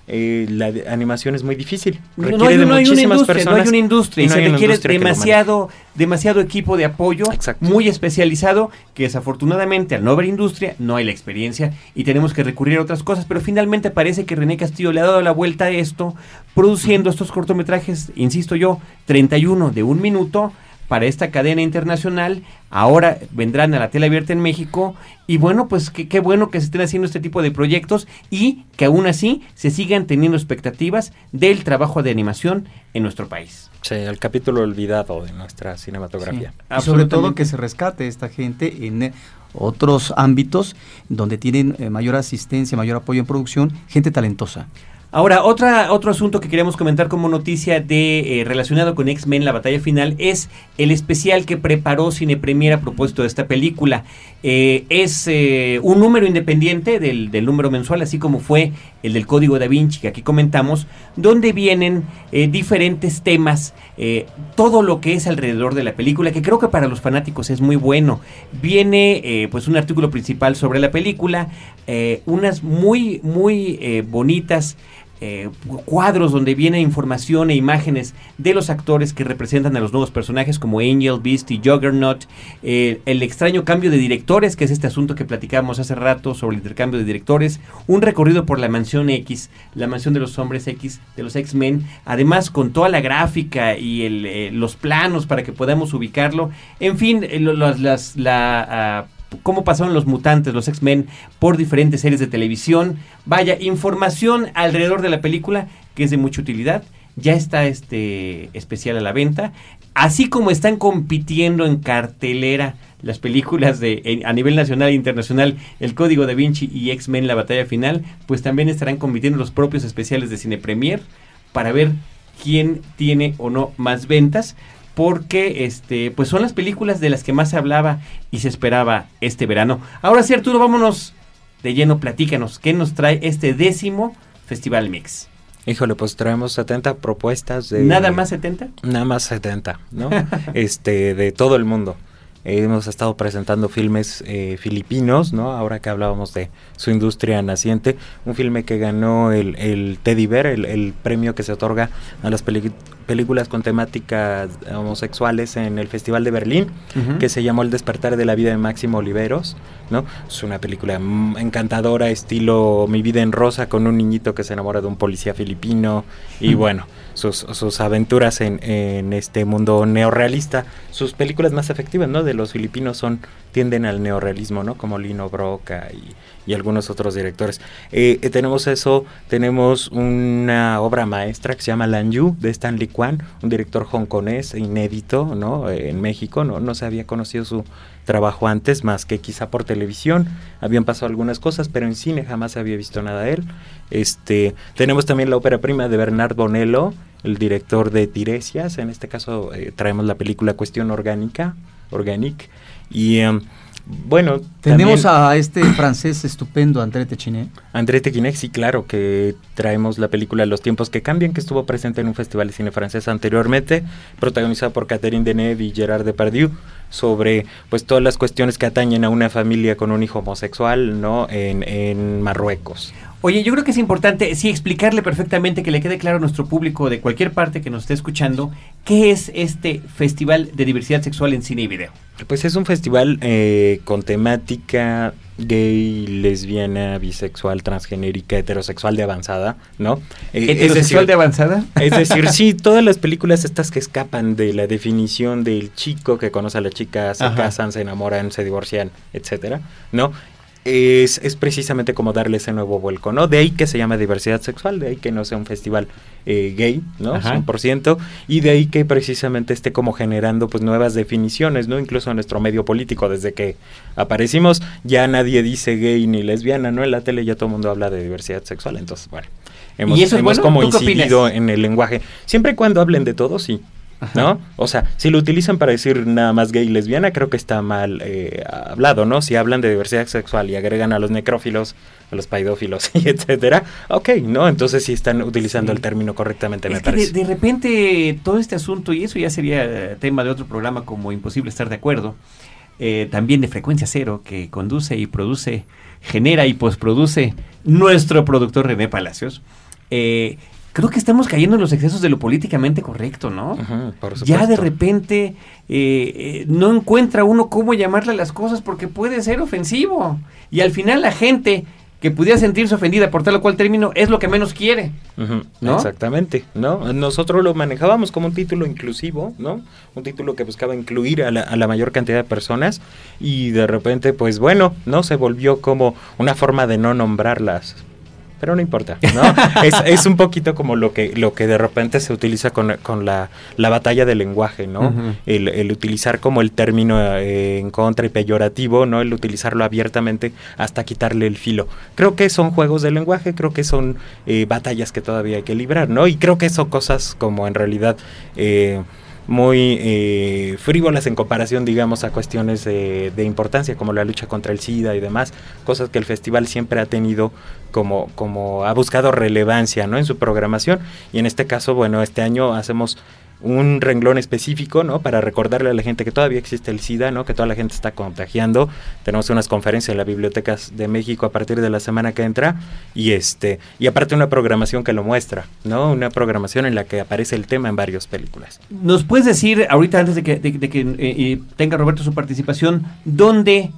[SPEAKER 8] la animación es muy difícil.
[SPEAKER 1] No
[SPEAKER 8] Requiere
[SPEAKER 1] hay
[SPEAKER 8] de
[SPEAKER 1] una
[SPEAKER 8] muchísimas
[SPEAKER 1] industria,
[SPEAKER 8] personas.
[SPEAKER 1] no hay una industria y
[SPEAKER 8] no
[SPEAKER 1] se
[SPEAKER 8] hay una
[SPEAKER 1] requiere
[SPEAKER 8] industria que lo maneje.
[SPEAKER 1] demasiado equipo de apoyo,
[SPEAKER 8] Exacto.
[SPEAKER 1] muy especializado, que desafortunadamente al no haber industria no hay la experiencia y tenemos que recurrir a otras cosas, pero finalmente parece que René Castillo le ha dado la vuelta a esto, produciendo estos cortometrajes, insisto yo, 31 de 1 minuto, para esta cadena internacional. Ahora vendrán a la tele abierta en México y bueno, pues qué bueno que se estén haciendo este tipo de proyectos y que aún así se sigan teniendo expectativas del trabajo de animación en nuestro país.
[SPEAKER 8] Sí, el capítulo olvidado de nuestra cinematografía.
[SPEAKER 4] Y sobre todo que se rescate esta gente en otros ámbitos donde tienen mayor asistencia, mayor apoyo en producción, gente talentosa.
[SPEAKER 1] Ahora, otro asunto que queremos comentar como noticia relacionado con X-Men, la batalla final, es el especial que preparó Cine Premier a propósito de esta película. Es un número independiente del número mensual, así como fue el del Código Da Vinci que aquí comentamos, donde vienen diferentes temas, todo lo que es alrededor de la película, que creo que para los fanáticos es muy bueno. Viene pues un artículo principal sobre la película, unas muy bonitas cuadros donde viene información e imágenes de los actores que representan a los nuevos personajes como Angel, Beast y Juggernaut, el extraño cambio de directores, que es este asunto que platicábamos hace rato sobre el intercambio de directores, un recorrido por la mansión X, la mansión de los hombres X, de los X-Men, además con toda la gráfica y los planos para que podamos ubicarlo, en fin, cómo pasaron los mutantes, los X-Men, por diferentes series de televisión. Vaya, información alrededor de la película que es de mucha utilidad. Ya está este especial a la venta. Así como están compitiendo en cartelera las películas a nivel nacional e internacional, El Código Da Vinci y X-Men, la batalla final, pues también estarán compitiendo los propios especiales de Cine Premier para ver quién tiene o no más ventas. Porque pues son las películas de las que más se hablaba y se esperaba este verano. Ahora sí, Arturo, vámonos de lleno, platícanos, ¿qué nos trae este 10º Festival Mix?
[SPEAKER 8] Híjole, pues traemos 70 propuestas de...
[SPEAKER 1] ¿Nada más 70?
[SPEAKER 8] Nada más 70, ¿no? De todo el mundo. Hemos estado presentando filmes filipinos, ¿no? Ahora que hablábamos de su industria naciente. Un filme que ganó el Teddy Bear, el premio que se otorga a las películas con temáticas homosexuales en el Festival de Berlín, que se llamó El despertar de la vida de Máximo Oliveros, ¿no? Es una película encantadora, estilo Mi vida en rosa, con un niñito que se enamora de un policía filipino y bueno, sus aventuras en este mundo neorrealista. Sus películas más efectivas, ¿no?, de los filipinos tienden al neorrealismo, ¿no?, como Lino Broca y algunos otros directores. Tenemos eso, tenemos una obra maestra que se llama Lan Yu, de Stanley Kwan, un director hongkonés inédito, ¿no?, en México. No se había conocido su trabajo antes, más que quizá por televisión. Habían pasado algunas cosas, pero en cine jamás se había visto nada de él. Tenemos también la ópera prima de Bernard Bonello, el director de Tiresias. En este caso traemos la película Cuestión Organic, y bueno,
[SPEAKER 4] tenemos a este francés estupendo, André Téchiné.
[SPEAKER 8] André Téchiné, sí, claro, que traemos la película Los tiempos que cambian, que estuvo presente en un festival de cine francés anteriormente, protagonizada por Catherine Deneuve y Gerard Depardieu, sobre pues todas las cuestiones que atañen a una familia con un hijo homosexual, ¿no?, en Marruecos.
[SPEAKER 1] Oye, yo creo que es importante, sí, explicarle perfectamente, que le quede claro a nuestro público de cualquier parte que nos esté escuchando, ¿qué es este Festival de Diversidad Sexual en Cine y Video?
[SPEAKER 8] Pues es un festival con temática gay, lesbiana, bisexual, transgenérica, heterosexual de avanzada, ¿no?
[SPEAKER 1] ¿Heterosexual de avanzada?
[SPEAKER 8] Es decir, sí, todas las películas estas que escapan de la definición del chico que conoce a la chica, se casan, se enamoran, se divorcian, etcétera, ¿no? Es precisamente como darle ese nuevo vuelco, ¿no? De ahí que se llama diversidad sexual, de ahí que no sea un festival gay, ¿no? 100%, y de ahí que precisamente esté como generando pues nuevas definiciones, ¿no? Incluso en nuestro medio político, desde que aparecimos, ya nadie dice gay ni lesbiana, ¿no? En la tele ya todo el mundo habla de diversidad sexual, entonces, bueno, hemos como incidido en el lenguaje. Siempre y cuando hablen de todo, sí. ¿No? O sea, si lo utilizan para decir nada más gay y lesbiana, creo que está mal hablado, ¿no? Si hablan de diversidad sexual y agregan a los necrófilos, a los paidófilos y etcétera, ok, ¿no? Entonces sí están utilizando el término correctamente, me parece.
[SPEAKER 1] De repente todo este asunto, y eso ya sería tema de otro programa como Imposible Estar de Acuerdo, también de Frecuencia Cero, que conduce y produce, genera y postproduce nuestro productor René Palacios. creo que estamos cayendo en los excesos de lo políticamente correcto, ¿no?
[SPEAKER 8] Por supuesto.
[SPEAKER 1] Ya de repente no encuentra uno cómo llamarle a las cosas porque puede ser ofensivo. Y al final la gente que pudiera sentirse ofendida por tal o cual término es lo que menos quiere, ¿no?
[SPEAKER 8] Exactamente, ¿no? Nosotros lo manejábamos como un título inclusivo, ¿no? Un título que buscaba incluir a la mayor cantidad de personas y de repente, pues bueno, ¿no? Se volvió como una forma de no nombrarlas. Pero no importa, ¿no? es un poquito como lo que de repente se utiliza con la batalla del lenguaje, ¿no? El utilizar como el término en contra y peyorativo, ¿no? El utilizarlo abiertamente hasta quitarle el filo. Creo que son juegos de lenguaje, creo que son batallas que todavía hay que librar, ¿no? Y creo que son cosas como en realidad muy frívolas en comparación, digamos, a cuestiones de importancia como la lucha contra el SIDA y demás, cosas que el festival siempre ha tenido como ha buscado relevancia, ¿no? En su programación, y en este caso, bueno, este año hacemos un renglón específico, ¿no? Para recordarle a la gente que todavía existe el SIDA, ¿no? Que toda la gente está contagiando. Tenemos unas conferencias en las bibliotecas de México a partir de la semana que entra y aparte una programación que lo muestra, ¿no? Una programación en la que aparece el tema en varias películas.
[SPEAKER 1] ¿Nos puedes decir ahorita, antes de que tenga Roberto su participación, dónde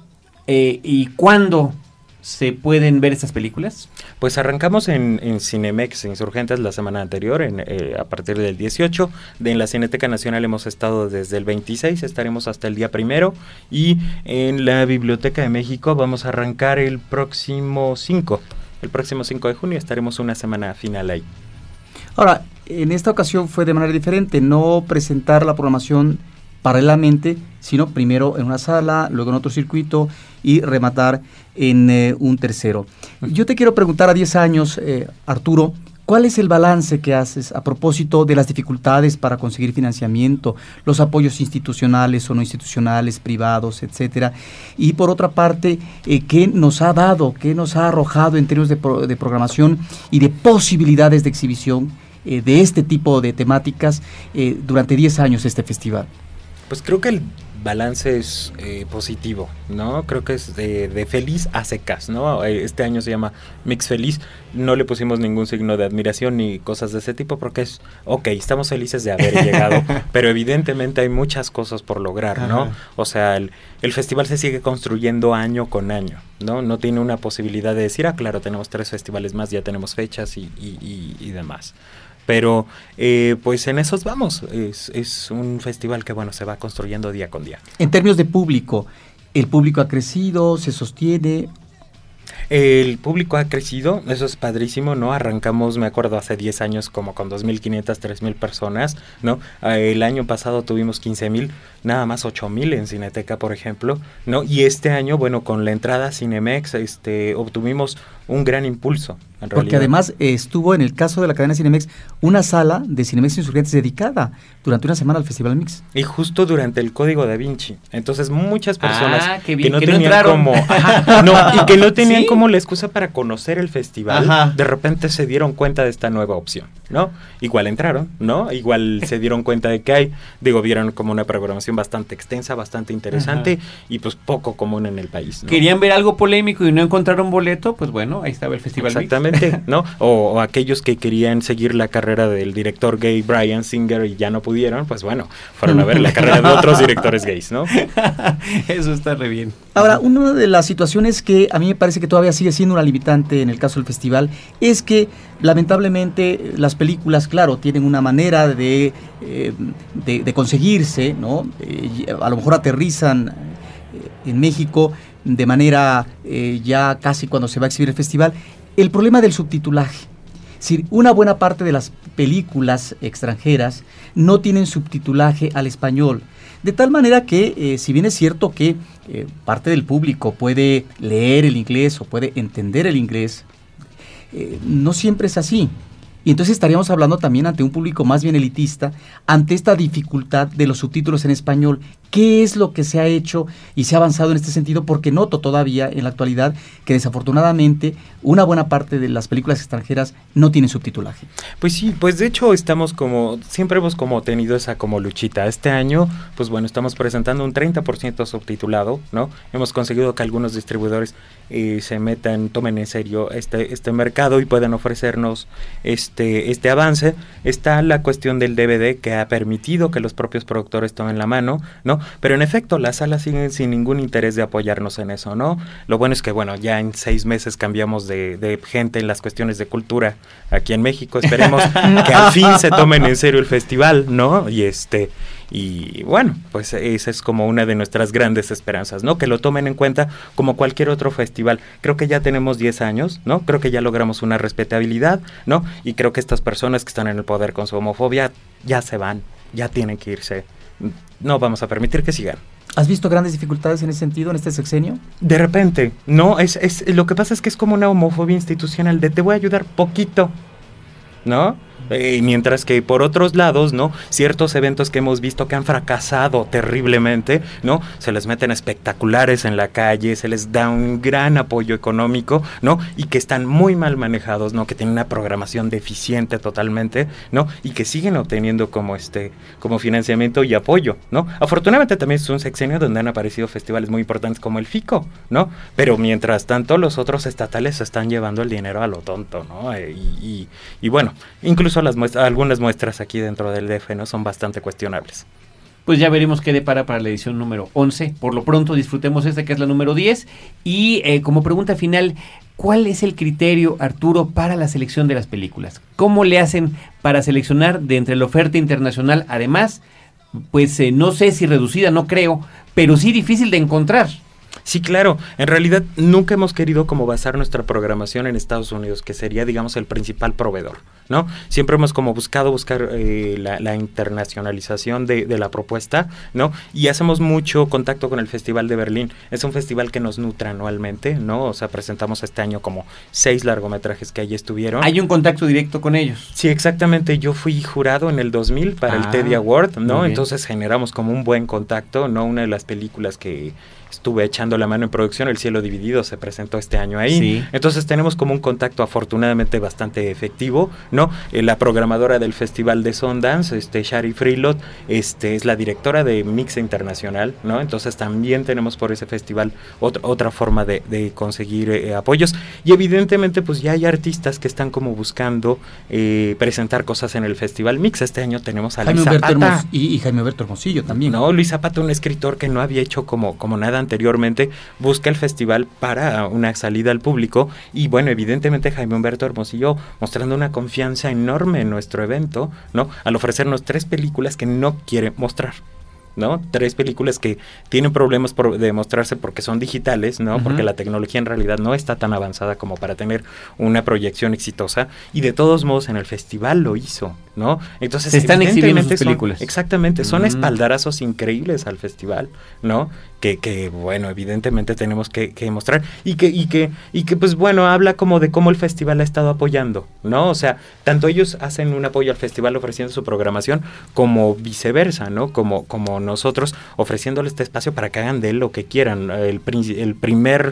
[SPEAKER 1] y cuándo se pueden ver estas películas?
[SPEAKER 8] Pues arrancamos en Cinemex Insurgentes la semana anterior, a partir del 18. En la Cineteca Nacional hemos estado desde el 26, estaremos hasta el día 1, y en la Biblioteca de México vamos a arrancar el próximo 5. El próximo 5 de junio estaremos una semana final ahí.
[SPEAKER 4] Ahora, en esta ocasión fue de manera diferente, no presentar la programación paralelamente, sino primero en una sala, luego en otro circuito y rematar en un tercero. Yo te quiero preguntar a 10 años, Arturo, ¿cuál es el balance que haces a propósito de las dificultades para conseguir financiamiento, los apoyos institucionales o no institucionales, privados, etcétera? Y por otra parte, ¿qué nos ha dado, qué nos ha arrojado en términos de programación y de posibilidades de exhibición de este tipo de temáticas durante 10 años este festival?
[SPEAKER 8] Pues creo que el balance es positivo, ¿no? Creo que es de feliz a secas, ¿no? Este año se llama Mix Feliz, no le pusimos ningún signo de admiración ni cosas de ese tipo porque es, estamos felices de haber llegado, pero evidentemente hay muchas cosas por lograr, ¿no? Ajá. O sea, el festival se sigue construyendo año con año, ¿no? No tiene una posibilidad de decir, claro, tenemos 3 festivales más, ya tenemos fechas y demás. Pero pues en esos vamos, es un festival que bueno se va construyendo día con día. En términos de público, ¿el público ha crecido, se sostiene? El público ha crecido, eso es padrísimo, ¿no? Arrancamos, me acuerdo, hace 10 años como con 2.500, 3.000 personas, ¿no? El año pasado tuvimos 15.000, nada más 8.000 en Cineteca, por ejemplo, ¿no? Y este año, bueno, con la entrada a Cinemex, obtuvimos un gran impulso. Porque además estuvo en el caso de la cadena Cinemex una sala de Cinemex Insurgentes dedicada durante una semana al Festival Mix. Y justo durante el Código Da Vinci. Entonces muchas personas que no tenían como y que no tenían como la excusa para conocer el festival, de repente se dieron cuenta de esta nueva opción, ¿no? Igual entraron, ¿no? Igual se dieron cuenta de que vieron como una programación bastante extensa, bastante interesante y pues poco común en el país, ¿no? Querían ver algo polémico y no encontraron boleto, pues bueno, ahí estaba el Festival Mix. Exactamente, ¿no? O aquellos que querían seguir la carrera del director gay Bryan Singer y ya no pudieron, pues bueno, fueron a ver la carrera de otros directores gays, ¿no? Eso está re bien. Ahora, una de las situaciones que a mí me parece que todavía sigue siendo una limitante en el caso del festival es que lamentablemente las películas, claro, tienen una manera de conseguirse, ¿no? A lo mejor aterrizan en México de manera ya casi cuando se va a exhibir el festival. El problema del subtitulaje. Es decir, una buena parte de las películas extranjeras no tienen subtitulaje al español. De tal manera que, si bien es cierto que parte del público puede leer el inglés o puede entender el inglés, no siempre es así. Y entonces estaríamos hablando también ante un público más bien elitista, ante esta dificultad de los subtítulos en español.
[SPEAKER 4] ¿Qué es lo que se ha hecho y se ha avanzado en este sentido? Porque noto todavía en la actualidad que desafortunadamente una buena parte de las películas extranjeras no tienen subtitulaje.
[SPEAKER 8] Pues sí, pues de hecho siempre hemos como tenido esa como luchita. Este año, pues bueno, estamos presentando un 30% subtitulado, ¿no? Hemos conseguido que algunos distribuidores tomen en serio este mercado y puedan ofrecernos este avance. Está la cuestión del DVD, que ha permitido que los propios productores tomen la mano, ¿no? Pero en efecto, las salas siguen sin ningún interés de apoyarnos en eso, ¿no? Lo bueno es que, bueno, ya en 6 meses cambiamos de gente en las cuestiones de cultura aquí en México. Esperemos que al fin se tomen en serio el festival, ¿no? Y bueno, pues esa es como una de nuestras grandes esperanzas, ¿no? Que lo tomen en cuenta como cualquier otro festival. Creo que ya tenemos 10 años, ¿no? Creo que ya logramos una respetabilidad, ¿no? Y creo que estas personas que están en el poder con su homofobia ya se van, ya tienen que irse. No vamos a permitir que sigan.
[SPEAKER 4] ¿Has visto grandes dificultades en ese sentido, en este sexenio?
[SPEAKER 8] De repente, no, lo que pasa es que es como una homofobia institucional de te voy a ayudar poquito, ¿no? Mientras que por otros lados, ¿no? Ciertos eventos que hemos visto que han fracasado terriblemente, ¿no? Se les meten espectaculares en la calle, se les da un gran apoyo económico, ¿no? Y que están muy mal manejados, ¿no? Que tienen una programación deficiente totalmente, ¿no? Y que siguen obteniendo como financiamiento y apoyo, ¿no? Afortunadamente también es un sexenio donde han aparecido festivales muy importantes como el FICO, ¿no? Pero mientras tanto los otros estatales se están llevando el dinero a lo tonto, ¿no? Y bueno, incluso algunas muestras aquí dentro del DF, ¿no? Son bastante cuestionables.
[SPEAKER 1] Pues ya veremos qué depara para la edición número 11. Por lo pronto disfrutemos esta, que es la número 10. Y como pregunta final, ¿cuál es el criterio, Arturo, para la selección de las películas? ¿Cómo le hacen para seleccionar de entre la oferta internacional? Además, pues no sé si reducida, no creo, pero sí difícil de encontrar.
[SPEAKER 8] Sí, claro. En realidad nunca hemos querido como basar nuestra programación en Estados Unidos, que sería, digamos, el principal proveedor, ¿no? Siempre hemos como buscar la internacionalización de la propuesta, ¿no? Y hacemos mucho contacto con el Festival de Berlín. Es un festival que nos nutre anualmente, ¿no? O sea, presentamos este año como 6 largometrajes que allí estuvieron.
[SPEAKER 1] ¿Hay un contacto directo con ellos?
[SPEAKER 8] Sí, exactamente. Yo fui jurado en el 2000 para el Teddy Award, ¿no? Entonces generamos como un buen contacto, ¿no? Una de las películas que estuve echando la mano en producción, El cielo dividido, se presentó este año ahí. Sí. Entonces tenemos como un contacto afortunadamente bastante efectivo, ¿no? La programadora del Festival de Sundance, Shari Freelot, es la directora de Mix Internacional, ¿no? Entonces también tenemos por ese festival otra forma de conseguir apoyos. Y evidentemente pues ya hay artistas que están como buscando presentar cosas en el Festival Mix. Este año tenemos a Luis Zapata.
[SPEAKER 4] Y Jaime Humberto Hermosillo también.
[SPEAKER 8] No, Luis Zapata, un escritor que no había hecho como nada anteriormente, busca el festival para una salida al público. Y bueno, evidentemente Jaime Humberto Hermosillo mostrando una confianza enorme en nuestro evento, ¿no? Al ofrecernos 3 películas que no quiere mostrar, ¿no? 3 películas que tienen problemas de mostrarse porque son digitales, ¿no? Porque la tecnología en realidad no está tan avanzada como para tener una proyección exitosa, y de todos modos en el festival lo hizo, ¿no? Entonces
[SPEAKER 1] se están exhibiendo sus películas.
[SPEAKER 8] Exactamente, son espaldarazos increíbles al festival, ¿no? Que bueno, evidentemente tenemos que mostrar y que pues bueno, habla como de cómo el festival ha estado apoyando, ¿no? O sea, tanto ellos hacen un apoyo al festival ofreciendo su programación, como viceversa, ¿no? Como nosotros ofreciéndole este espacio para que hagan de él lo que quieran. El primer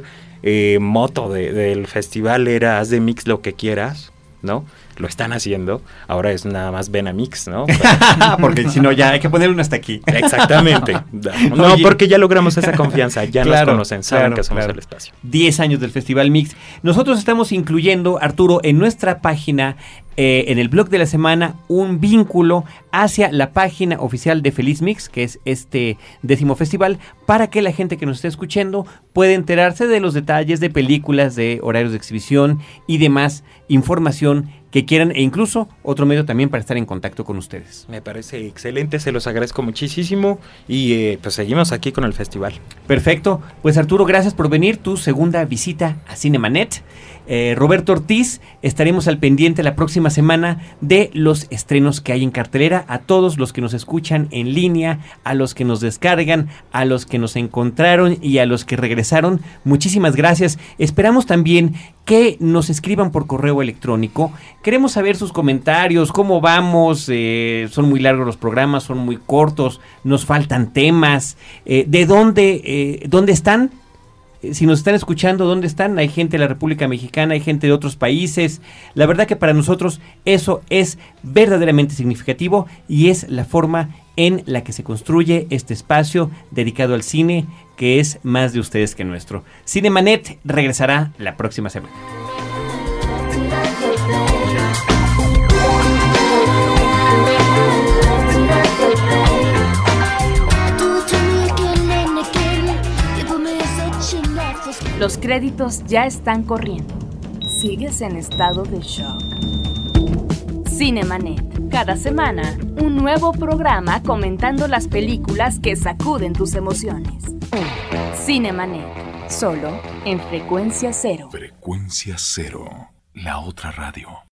[SPEAKER 8] moto del festival era haz de Mix lo que quieras, ¿no? Lo están haciendo, ahora es nada más ven a Mix, ¿no?
[SPEAKER 1] Porque si no ya hay que poner uno hasta aquí.
[SPEAKER 8] Exactamente. No, porque ya logramos esa confianza, ya nos conocen, saben que somos el espacio.
[SPEAKER 1] 10 años del Festival Mix. Nosotros estamos incluyendo, Arturo, en nuestra página, en el blog de la semana, un vínculo hacia la página oficial de Feliz Mix, que es este 10º festival, para que la gente que nos esté escuchando pueda enterarse de los detalles de películas, de horarios de exhibición y demás información que quieran, e incluso otro medio también para estar en contacto con ustedes.
[SPEAKER 8] Me parece excelente, se los agradezco muchísimo y pues seguimos aquí con el festival.
[SPEAKER 1] Perfecto, pues Arturo, gracias por venir, tu segunda visita a Cinemanet. Roberto Ortiz, estaremos al pendiente la próxima semana de los estrenos que hay en cartelera. A todos los que nos escuchan en línea, a los que nos descargan, a los que nos encontraron y a los que regresaron, muchísimas gracias. Esperamos también que nos escriban por correo electrónico. Queremos saber sus comentarios, cómo vamos, son muy largos los programas, son muy cortos, nos faltan temas, de dónde están. Si nos están escuchando, ¿dónde están? Hay gente de la República Mexicana, hay gente de otros países. La verdad que para nosotros eso es verdaderamente significativo y es la forma en la que se construye este espacio dedicado al cine, que es más de ustedes que nuestro. Cinemanet regresará la próxima semana.
[SPEAKER 2] Los créditos ya están corriendo. Sigues en estado de shock. Cinemanet. Cada semana, un nuevo programa comentando las películas que sacuden tus emociones. Cinemanet. Solo en Frecuencia Cero.
[SPEAKER 3] Frecuencia Cero, la otra radio.